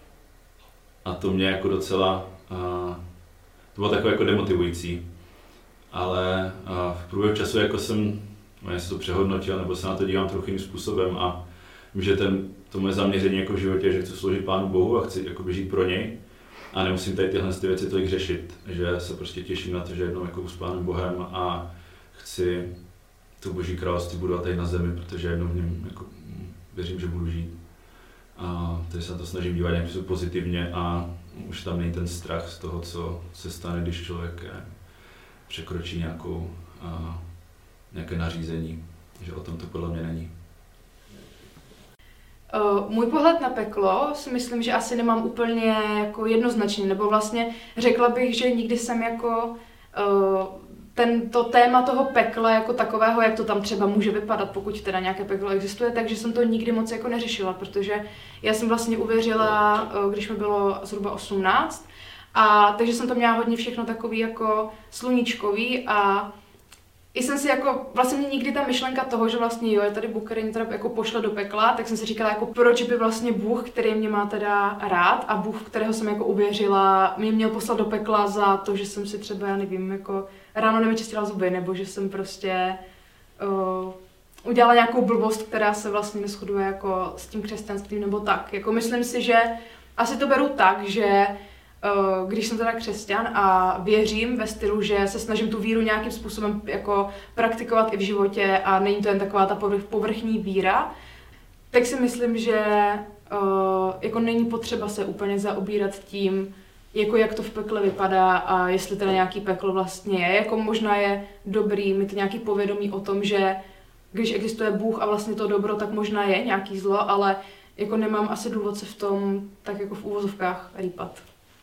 a to mě jako docela, a, to bylo takové jako demotivující. Ale v průběhu času jako jsem, já jsem to přehodnotil, nebo se na to dívám trochu jiným způsobem a vím, že ten, to moje zaměření jako v životě, že chci sloužit Pánu Bohu a chci jako žít pro něj a nemusím tady tyhle ty věci tolik řešit, že se prostě těším na to, že jednou jako s Pánem Bohem a chci to boží království budovat tady na zemi, protože jednou v něm jako, věřím, že budu žít. A takže se na to snažím dívat nějak pozitivně a už tam není ten strach z toho, co se stane, když člověk překročí nějakou, a, nějaké nařízení, že o tom to podle mě není. Uh, můj pohled na peklo si myslím, že asi nemám úplně jako jednoznačný, nebo vlastně řekla bych, že nikdy jsem jako uh, ten, to téma toho pekla jako takového, jak to tam třeba může vypadat, pokud teda nějaké peklo existuje, takže jsem to nikdy moc jako neřešila, protože já jsem vlastně uvěřila, uh, když mi bylo zhruba osmnáct, a takže jsem to měla hodně všechno takový jako sluníčkový a i jsem si jako, vlastně mě nikdy ta myšlenka toho, že vlastně jo, je tady Bůh, který mě teda jako pošle do pekla, tak jsem si říkala jako proč by vlastně Bůh, který mě má teda rád a Bůh, kterého jsem jako uvěřila, mě měl poslat do pekla za to, že jsem si třeba, já nevím, jako ráno nevyčistila zuby, nebo že jsem prostě uh, udělala nějakou blbost, která se vlastně neshoduje jako s tím křesťanstvím nebo tak. Jako myslím si, že asi to beru tak, že když jsem teda křesťan a věřím ve stylu, že se snažím tu víru nějakým způsobem jako praktikovat i v životě a není to jen taková ta povrchní víra, tak si myslím, že uh, jako není potřeba se úplně zaobírat tím, jako jak to v pekle vypadá a jestli teda nějaký peklo vlastně je. Jako možná je dobrý mít nějaký povědomí o tom, že když existuje Bůh a vlastně to dobro, tak možná je nějaký zlo, ale jako nemám asi důvod se v tom tak jako v úvozovkách rýpat.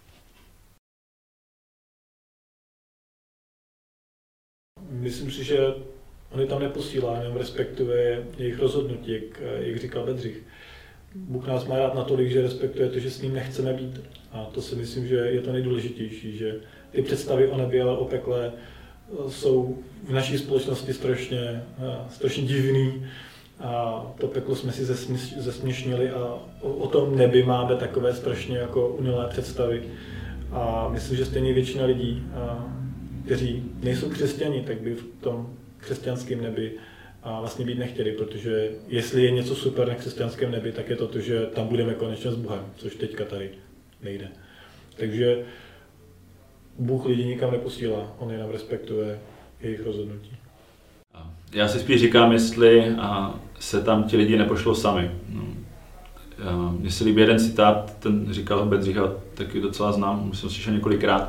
Myslím si, že on je tam neposílá, jenom respektuje jejich rozhodnutí, jak, jak říkal Bedřich. Bůh nás má rád natolik, že respektuje to, že s ním nechceme být. A to si myslím, že je to nejdůležitější, že ty představy o nebi, ale o pekle jsou v naší společnosti strašně, strašně divný. A to peklo jsme si zesměšnili a o, o tom nebi máme takové strašně jako unilé představy. A myslím, že stejně většina lidí, a, kteří nejsou křesťani, tak by v tom křesťanském nebi a vlastně být nechtěli, protože jestli je něco super na křesťanském nebi, tak je to to, že tam budeme konečně s Bohem, což teďka tady nejde. Takže Bůh lidi nikam neposílá, on jenom respektuje jejich rozhodnutí. Já si spíš říkám, jestli se tam ti lidi nepošlou sami. Mně se líbí jeden citát, ten říkal Bedřich, taky docela znám, už jsem slyšel několikrát.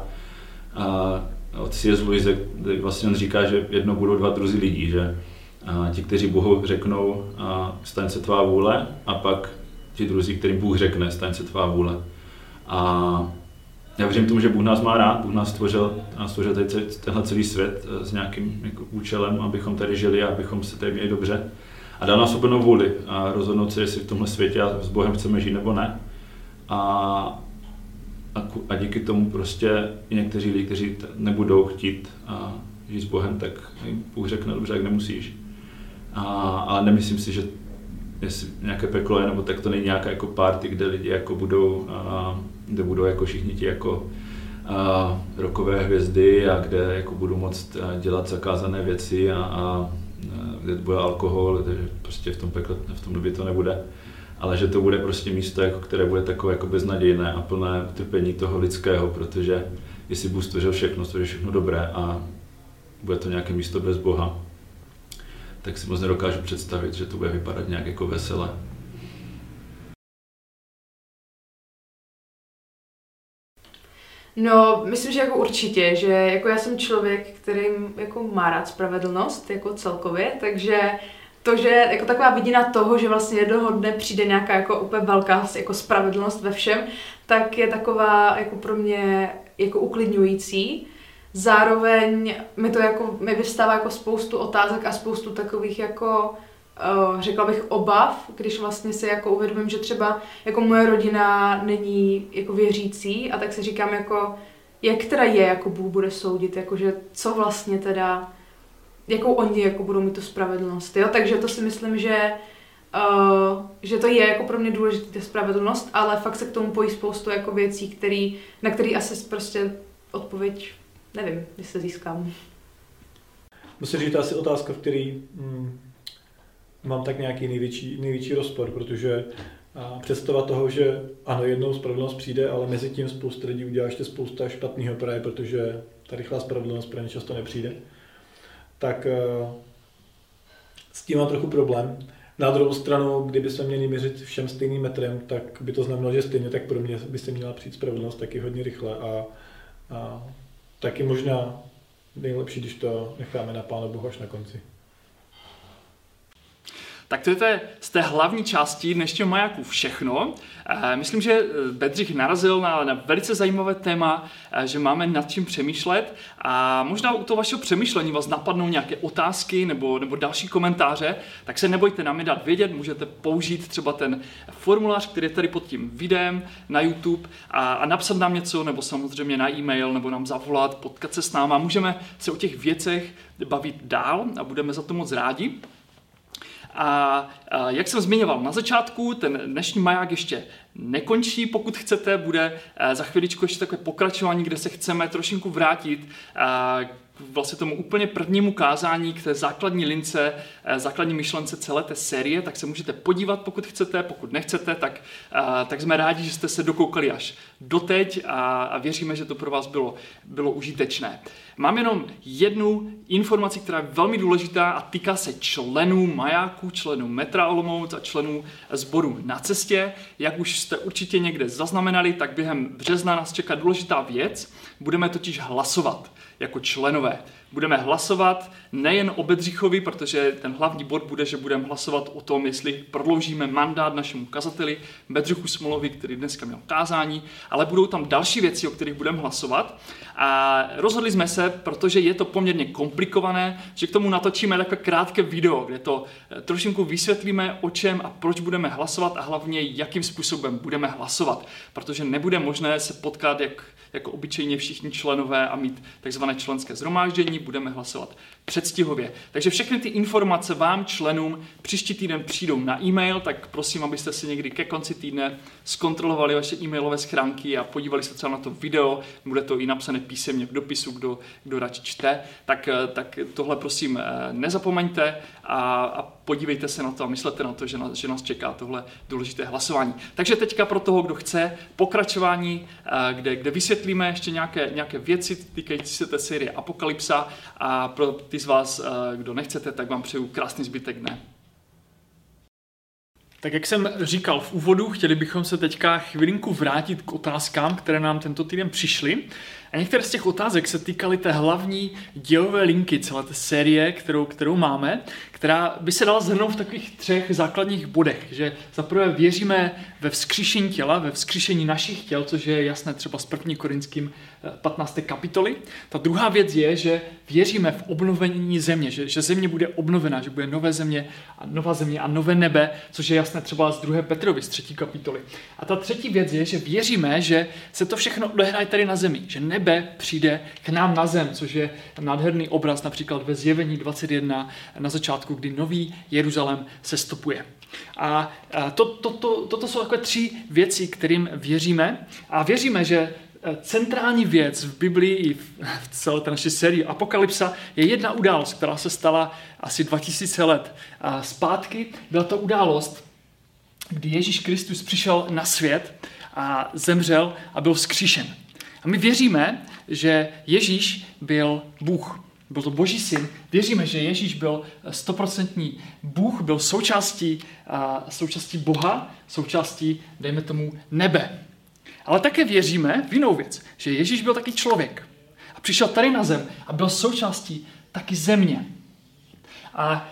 Od C S. Lewise, kde vlastně on říká, že jednou budou dva druzí lidí, že a ti, kteří Bohu řeknou, a staň se tvá vůle, a pak ti druzí, kterým Bůh řekne, staň se tvá vůle. A já věřím tomu, že Bůh nás má rád, Bůh nás stvořil, nás stvořil tady tenhle celý svět s nějakým jako účelem, abychom tady žili a abychom se tady měli dobře. A dal nás úplnou vůli a rozhodnout se, jestli v tomhle světě a s Bohem chceme žít nebo ne. A A díky tomu prostě i někteří lidi, kteří nebudou chtít a žít s Bohem, tak jim Bůh řekne, dobře, jak nemusíš. A, ale nemyslím si, že jestli nějaké peklo je, nebo tak to není nějaká jako party, kde lidi jako budou, a, kde budou jako všichni ti jako a, rockové hvězdy a kde jako budou moct dělat zakázané věci a, a kde bude alkohol, takže prostě v tom pekle, v tom době to nebude. Ale že to bude prostě místo, jako, které bude takové jako beznadějné a plné utrpení toho lidského, protože jestli Bůh stvořil všechno, stvořil všechno dobré a bude to nějaké místo bez Boha, tak si moc nedokážu představit, že to bude vypadat nějak jako veselé. No, myslím, že jako určitě, že jako já jsem člověk, který jako má rád spravedlnost jako celkově, takže to, že jako taková vidina toho, že vlastně jednoho dne přijde nějaká jako úplně velká jako spravedlnost ve všem, tak je taková jako pro mě jako uklidňující. Zároveň mi to jako, mi vystává jako spoustu otázek a spoustu takových jako, uh, řekla bych, obav, když vlastně si jako uvědomím, že třeba jako moje rodina není jako věřící a tak si říkám jako, jak teda je, jako Bůh bude soudit, jakože co vlastně teda, jakou oni jako budou mít tu spravedlnost, jo? Takže to si myslím, že, uh, že to je jako pro mě důležitá spravedlnost, ale fakt se k tomu pojí spoustu jako věcí, který, na které asi prostě odpověď nevím, jestli se získám. Musím říct, to je asi otázka, v které hmm, mám tak nějaký největší, největší rozpor, protože a, představa toho, že ano, jednou spravedlnost přijde, ale mezi tím spousta lidí udělá ještě spousta špatného právě, protože ta rychlá spravedlnost pro ně často nepřijde. Tak tím mám trochu problém. Na druhou stranu, kdyby jsme měli měřit všem stejným metrem, tak by to znamenalo, že stejně tak pro mě by se měla přijít spravedlnost taky hodně rychle a, a taky možná nejlepší, když to necháme na Pána Boha až na konci. Tak to je z té hlavní části dnešního majáku všechno. Myslím, že Bedřich narazil na, na velice zajímavé téma, že máme nad čím přemýšlet a možná u toho vašeho přemýšlení vás napadnou nějaké otázky nebo, nebo další komentáře, tak se nebojte nám je dát vědět, můžete použít třeba ten formulář, který je tady pod tím videem na YouTube a, a napsat nám něco, nebo samozřejmě na e-mail, nebo nám zavolat, potkat se s náma. Můžeme se o těch věcech bavit dál a budeme za to moc rádi. A, a jak jsem zmiňoval na začátku, ten dnešní maják ještě nekončí, pokud chcete, bude za chviličku ještě takové pokračování, kde se chceme trošinku vrátit k vlastně tomu úplně prvnímu kázání, k té základní lince, základní myšlence celé té série, tak se můžete podívat, pokud chcete, pokud nechcete, tak, tak jsme rádi, že jste se dokoukali až doteď a, a věříme, že to pro vás bylo, bylo užitečné. Mám jenom jednu informaci, která je velmi důležitá a týká se členů majáku, členů Metra Olomouc a členů sboru Na cestě. Jak už jste určitě někde zaznamenali, tak během března nás čeká důležitá věc. Budeme totiž hlasovat jako členové. Budeme hlasovat nejen o Bedřichovi, protože ten hlavní bod bude, že budeme hlasovat o tom, jestli prodloužíme mandát našemu kazateli Bedřichu Smolovi, který dneska měl kázání, ale budou tam další věci, o kterých budeme hlasovat. A rozhodli jsme se, protože je to poměrně komplikované, že k tomu natočíme takové krátké video, kde to trošinku vysvětlíme, o čem a proč budeme hlasovat a hlavně jakým způsobem budeme hlasovat, protože nebude možné se potkat jak jako obyčejně všichni členové a mít takzvané členské shromáždění, budeme hlasovat předstihově. Takže všechny ty informace vám, členům, příští týden přijdou na e-mail, tak prosím, abyste si někdy ke konci týdne zkontrolovali vaše e-mailové schránky a podívali se třeba na to video, bude to i napsané písemně v dopisu, kdo, kdo radši čte, tak, tak tohle prosím nezapomeňte a, a podívejte se na to a myslete na to, že nás, že nás čeká tohle důležité hlasování. Takže teďka pro toho, kdo chce pokračování, kde, kde vysvětlíme ještě nějaké, nějaké věci týkající se té série Apokalypsa a pro ty z vás, kdo nechcete, tak vám přeju krásný zbytek dne. Tak jak jsem říkal v úvodu, chtěli bychom se teďka chvilinku vrátit k otázkám, které nám tento týden přišly. A některé z těch otázek se týkaly té hlavní dějové linky celé té série, kterou, kterou máme, která by se dala shrnout v takových třech základních bodech. Že zaprvé věříme ve vzkříšení těla, ve vzkříšení našich těl, což je jasné třeba z první Korinským patnácté kapitoly. Ta druhá věc je, že věříme v obnovení země, že, že země bude obnovena, že bude nové země a nová země a nové nebe, což je jasné třeba z druhé Petrovi, z třetí kapitoly. A ta třetí věc je, že věříme, že se to všechno odehraje tady na zemi, že nebe přijde k nám na zem, což je nádherný obraz například ve Zjevení dvacet jedna na začátku, kdy nový Jeruzalém se stopuje. A to, to, to, toto jsou takové tři věci, kterým věříme. A věříme, že centrální věc v Biblii i v celé té naší sérii Apokalypsa je jedna událost, která se stala asi dva tisíce let zpátky. Byla to událost, kdy Ježíš Kristus přišel na svět a zemřel a byl vzkříšen. A my věříme, že Ježíš byl Bůh. Byl to Boží syn. Věříme, že Ježíš byl stoprocentní Bůh, byl součástí, součástí Boha, součástí, dejme tomu, nebe. Ale také věříme v jinou věc, že Ježíš byl taky člověk. A přišel tady na zem a byl součástí taky země. A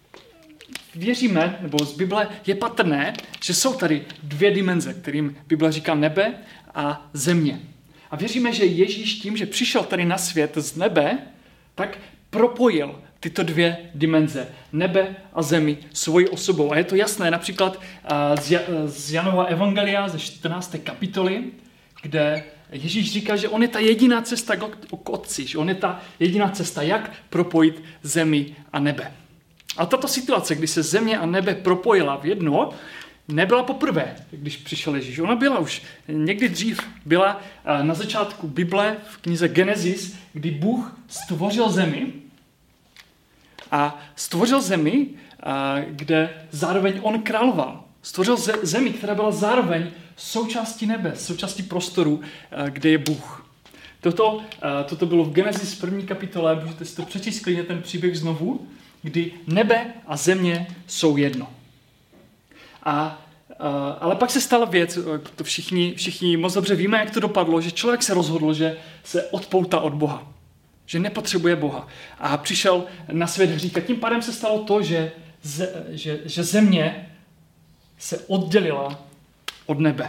věříme, nebo z Bible je patrné, že jsou tady dvě dimenze, kterým Bible říká nebe a země. A věříme, že Ježíš tím, že přišel tady na svět z nebe, tak propojil tyto dvě dimenze, nebe a zemi, svojí osobou. A je to jasné například z Janova evangelia ze čtrnácté kapitoly, kde Ježíš říká, že on je ta jediná cesta k Otci, že on je ta jediná cesta, jak propojit zemi a nebe. A tato situace, kdy se země a nebe propojila v jedno, nebyla poprvé, když přišel Ježíš. Ona byla už někdy dřív. Byla na začátku Bible v knize Genesis, kdy Bůh stvořil zemi a stvořil zemi, kde zároveň on královal. Stvořil zemi, která byla zároveň součástí nebe, součástí prostoru, kde je Bůh. Toto, toto bylo v Genesis první kapitole, můžete si to přečíst klidně ten příběh znovu. kdy nebe a země jsou jedno. A, a, ale pak se stala věc, to všichni, všichni moc dobře víme, jak to dopadlo, že člověk se rozhodl, že se odpoutá od Boha, že nepotřebuje Boha. A přišel na svět hřích. A tím pádem se stalo to, že, ze, že, že země se oddělila od nebe.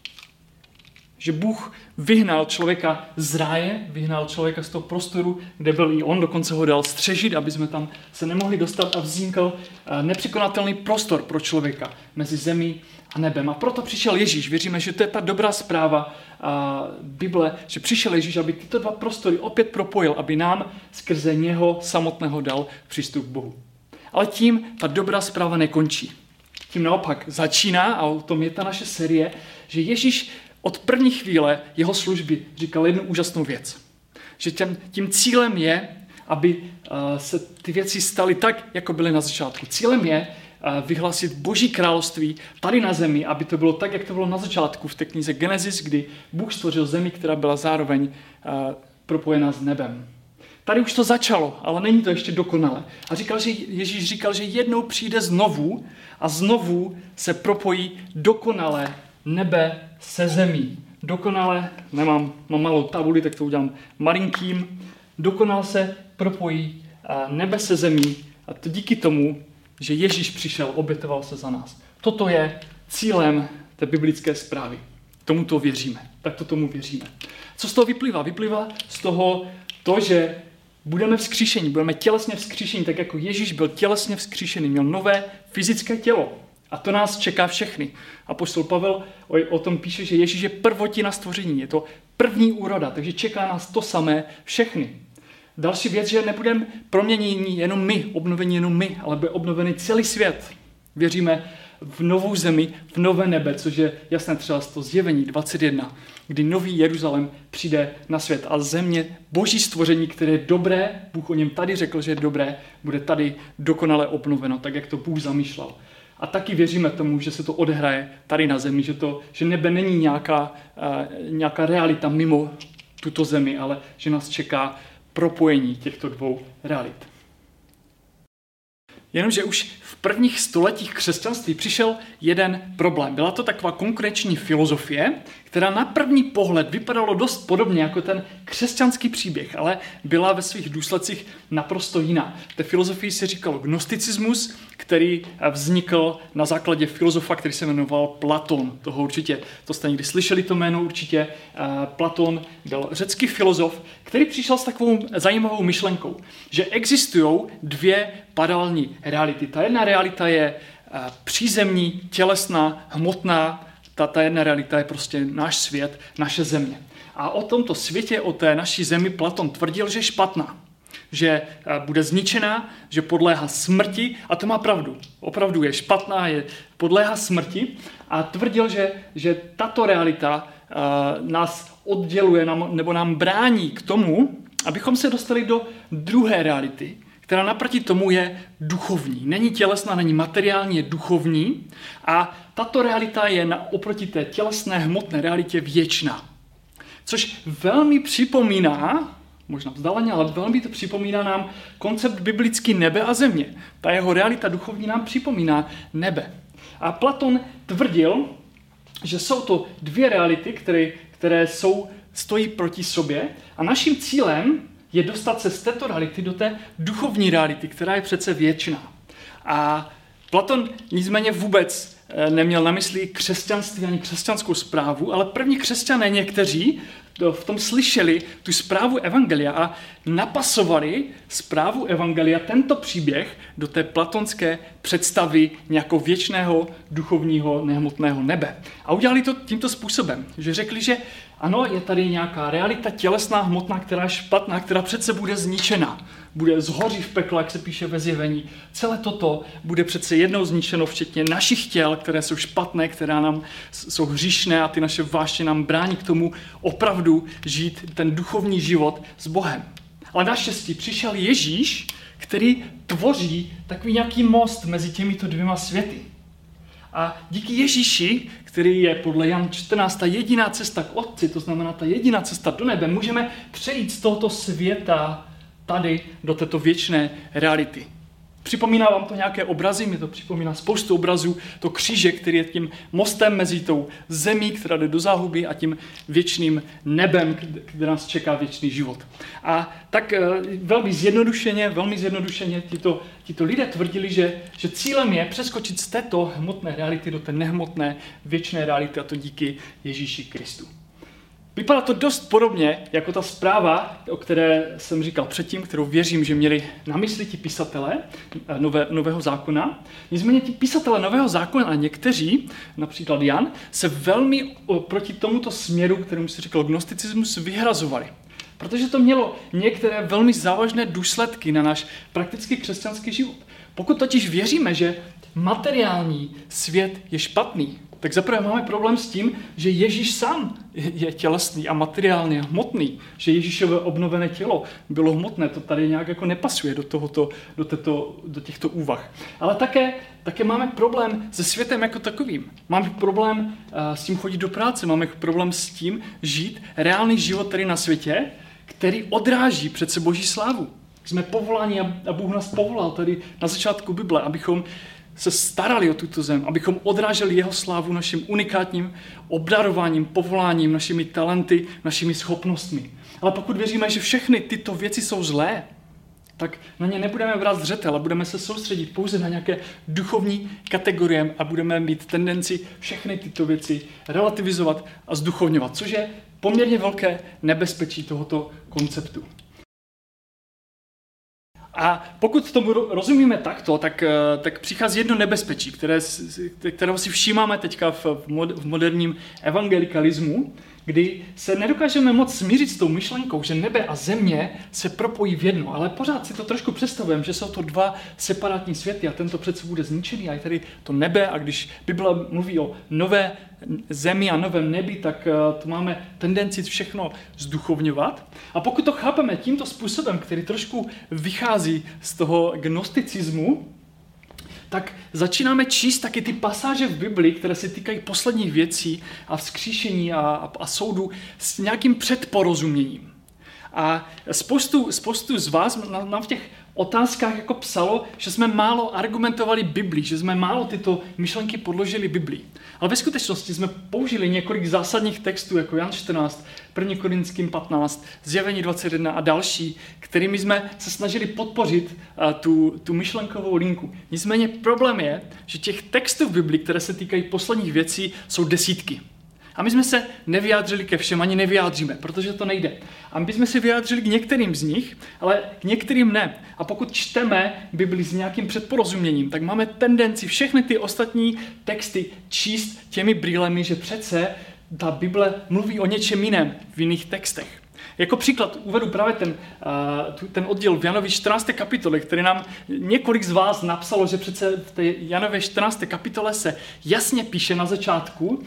Že Bůh vyhnal člověka z ráje, vyhnal člověka z toho prostoru, kde byl i on, dokonce ho dal střežit, aby jsme tam se nemohli dostat, a vznikl nepřekonatelný prostor pro člověka mezi zemí a nebem. A proto přišel Ježíš. Věříme, že to je ta dobrá zpráva a Bible, že přišel Ježíš, aby tyto dva prostory opět propojil, aby nám skrze něho samotného dal přístup k Bohu. Ale tím ta dobrá zpráva nekončí. Tím naopak začíná, a o tom je ta naše série, že Ježíš od první chvíle jeho služby říkal jednu úžasnou věc. Že tím, tím cílem je, aby uh, se ty věci staly tak, jako byly na začátku. Cílem je uh, vyhlásit Boží království tady na zemi, aby to bylo tak, jak to bylo na začátku v té knize Genesis, kdy Bůh stvořil zemi, která byla zároveň uh, propojená s nebem. Tady už to začalo, ale není to ještě dokonale. A říkal, že Ježíš říkal, že jednou přijde znovu a znovu se propojí dokonale nebe se zemí. Dokonale, nemám, mám malou tabuli, tak to udělám malinkým. Dokonale se propojí nebe se zemí, a to díky tomu, že Ježíš přišel, obětoval se za nás. Toto je cílem té biblické zprávy. Tomu to věříme. Tak to tomu věříme. Co z toho vyplývá? Vyplývá z toho to, že budeme vzkříšení, budeme tělesně vzkříšení, tak jako Ježíš byl tělesně vzkříšený, měl nové fyzické tělo. A to nás čeká všechny. Apoštol Pavel o, o tom píše, že Ježíš je prvotina stvoření, je to první úroda, takže čeká nás to samé všechny. Další věc, že nebudeme proměnění jenom my, obnovení jenom my, ale bude obnovený celý svět. Věříme v novou zemi, v nové nebe, což je jasné třeba z toho Zjevení dvacet jedna, kdy nový Jeruzalém přijde na svět a země, boží stvoření, které je dobré, Bůh o něm tady řekl, že je dobré, bude tady dokonale obnoveno, tak jak to Bůh zamýšlel. A taky věříme tomu, že se to odehraje tady na zemi, že, to, že nebe není nějaká, uh, nějaká realita mimo tuto zemi, ale že nás čeká propojení těchto dvou realit. Jenomže už v prvních stoletích křesťanství přišel jeden problém. Byla to taková konkrétní filozofie, která na první pohled vypadalo dost podobně jako ten křesťanský příběh, ale byla ve svých důsledcích naprosto jiná. Té filozofii se říkalo gnosticismus, který vznikl na základě filozofa, který se jmenoval Platon. Toho určitě, to jste někdy slyšeli to jméno určitě. Platon byl řecký filozof, který přišel s takovou zajímavou myšlenkou, že existují dvě paralelní reality. Ta jedna realita je přízemní, tělesná, hmotná. Ta, ta jedna realita je prostě náš svět, naše země. A o tomto světě, o té naší zemi Platon tvrdil, že je špatná. Že bude zničená, že podléhá smrti, a to má pravdu. Opravdu je špatná, je podléhá smrti, a tvrdil, že, že tato realita uh, nás odděluje nám, nebo nám brání k tomu, abychom se dostali do druhé reality, která naproti tomu je duchovní. Není tělesná, není materiální, je duchovní, a tato realita je na, oproti té tělesné hmotné realitě věčná. Což velmi připomíná, možná vzdáleně, ale velmi to připomíná nám koncept biblický nebe a země. Ta jeho realita duchovní nám připomíná nebe. A Platon tvrdil, že jsou to dvě reality, které, které jsou, stojí proti sobě, a naším cílem je dostat se z této reality do té duchovní reality, která je přece věčná. A Platon nicméně vůbec neměl na mysli křesťanství ani křesťanskou správu, ale první křesťané někteří v tom slyšeli tu zprávu evangelia a napasovali zprávu evangelia, tento příběh, do té platonské představy nějakého věčného duchovního nehmotného nebe. A udělali to tímto způsobem, že řekli, že ano, je tady nějaká realita tělesná, hmotná, která je špatná, která přece bude zničena. Bude zhoří v pekle, jak se píše ve Zjevení. Celé toto bude přece jednou zničeno, včetně našich těl, které jsou špatné, které nám jsou hříšné, a ty naše vášně nám brání k tomu opravdu žít ten duchovní život s Bohem. Ale naštěstí přišel Ježíš, který tvoří takový nějaký most mezi těmito dvěma světy. A díky Ježíši, který je podle Jan čtrnáct ta jediná cesta k Otci, to znamená ta jediná cesta do nebe, můžeme přejít z tohoto světa tady do této věčné reality. Připomíná vám to nějaké obrazy, mi to připomíná spoustu obrazů, to kříže, který je tím mostem mezi tou zemí, která jde do záhuby, a tím věčným nebem, kde nás čeká věčný život. A tak velmi zjednodušeně, velmi zjednodušeně tito, tito lidé tvrdili, že, že cílem je přeskočit z této hmotné reality do té nehmotné věčné reality, a to díky Ježíši Kristu. Vypadá to dost podobně jako ta zpráva, o které jsem říkal předtím, kterou věřím, že měli na mysli ti písatelé nové, Nového zákona. Nicméně ti písatelé Nového zákona a někteří, například Jan, se velmi proti tomuto směru, kterému se říkal gnosticismus, vyhrazovali. Protože to mělo některé velmi závažné důsledky na náš praktický křesťanský život. Pokud totiž věříme, že materiální svět je špatný, tak zaprvé máme problém s tím, že Ježíš sám je tělesný a materiální a hmotný, že Ježíšové obnovené tělo bylo hmotné, to tady nějak jako nepasuje do, tohoto, do, této, do těchto úvah. Ale také, také máme problém se světem jako takovým. Máme problém uh, s tím chodit do práce, máme problém s tím žít reálný život tady na světě, který odráží přece Boží slávu. Jsme povoláni a Bůh nás povolal tady na začátku Bible, abychom se starali o tuto zem, abychom odráželi jeho slávu naším unikátním obdarováním, povoláním, našimi talenty, našimi schopnostmi. Ale pokud věříme, že všechny tyto věci jsou zlé, tak na ně nebudeme brát zřetel a budeme se soustředit pouze na nějaké duchovní kategorie a budeme mít tendenci všechny tyto věci relativizovat a zduchovňovat, což je poměrně velké nebezpečí tohoto konceptu. A pokud tomu rozumíme takto, tak, tak přichází jedno nebezpečí, které, kterého si všímáme teďka v, v moderním evangelikalismu, kdy se nedokážeme moc smířit s tou myšlenkou, že nebe a země se propojí v jedno, ale pořád si to trošku představujeme, že jsou to dva separátní světy a tento přece bude zničený a je tady to nebe, a když Bible mluví o nové zemi a novém nebi, tak to máme tendenci všechno zduchovňovat. A pokud to chápeme tímto způsobem, který trošku vychází z toho gnosticismu, tak začínáme číst taky ty pasáže v Bibli, které se týkají posledních věcí a vzkříšení a, a, a soudu s nějakým předporozuměním. A spoustu, spoustu z vás nám v těch otázkách jako psalo, že jsme málo argumentovali Biblii, že jsme málo tyto myšlenky podložili Biblii. Ale ve skutečnosti jsme použili několik zásadních textů, jako Jan čtrnáct, první Korinským patnáct, Zjevení dvacet jedna a další, kterými jsme se snažili podpořit uh, tu, tu myšlenkovou linku. Nicméně problém je, že těch textů v Biblii, které se týkají posledních věcí, jsou desítky. A my jsme se nevyjádřili ke všem, ani nevyjádříme, protože to nejde. A my jsme se vyjádřili k některým z nich, ale k některým ne. A pokud čteme Bibli s nějakým předporozuměním, tak máme tendenci všechny ty ostatní texty číst těmi brýlemi, že přece ta Bible mluví o něčem jiném v jiných textech. Jako příklad uvedu právě ten, uh, ten oddíl v Janově čtrnácté kapitole, který nám několik z vás napsalo, že přece v té Janově čtrnácté kapitole se jasně píše na začátku, uh,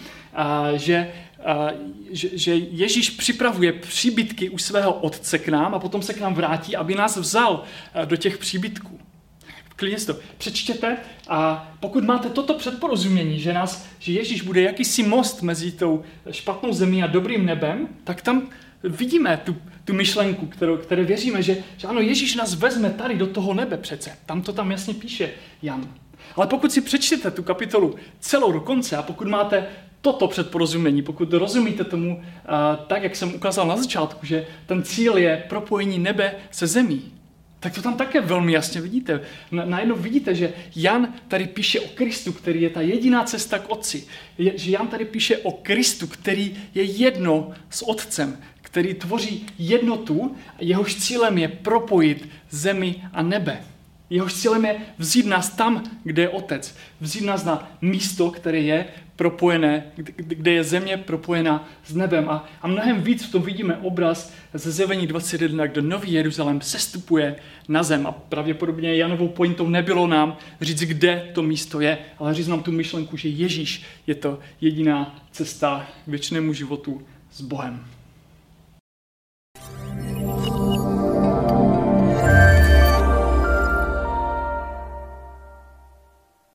že, uh, že, že Ježíš připravuje příbytky u svého otce k nám a potom se k nám vrátí, aby nás vzal uh, do těch příbytků. Klidně si to přečtěte a pokud máte toto předporozumění, že, nás, že Ježíš bude jakýsi most mezi tou špatnou zemí a dobrým nebem, tak tam vidíme tu, tu myšlenku, kterou, které věříme, že, že ano, Ježíš nás vezme tady do toho nebe přece. Tam to tam jasně píše Jan. Ale pokud si přečtete tu kapitolu celou do konce a pokud máte toto předporozumění, pokud rozumíte tomu uh, tak, jak jsem ukázal na začátku, že ten cíl je propojení nebe se zemí, tak to tam také velmi jasně vidíte. Najednou vidíte, že Jan tady píše o Kristu, který je ta jediná cesta k Otci. Je, že Jan tady píše o Kristu, který je jedno s Otcem, který tvoří jednotu, jehož cílem je propojit zemi a nebe. Jehož cílem je vzít nás tam, kde je Otec. Vzít nás na místo, které je propojené, kde je země propojená s nebem. A, a mnohem víc v tom vidíme obraz ze Zjevení dvacet jedna, kde Nový Jeruzalém sestupuje na zem. A pravděpodobně Janovou pointou nebylo nám říct, kde to místo je, ale říct nám tu myšlenku, že Ježíš je to jediná cesta k věčnému životu s Bohem.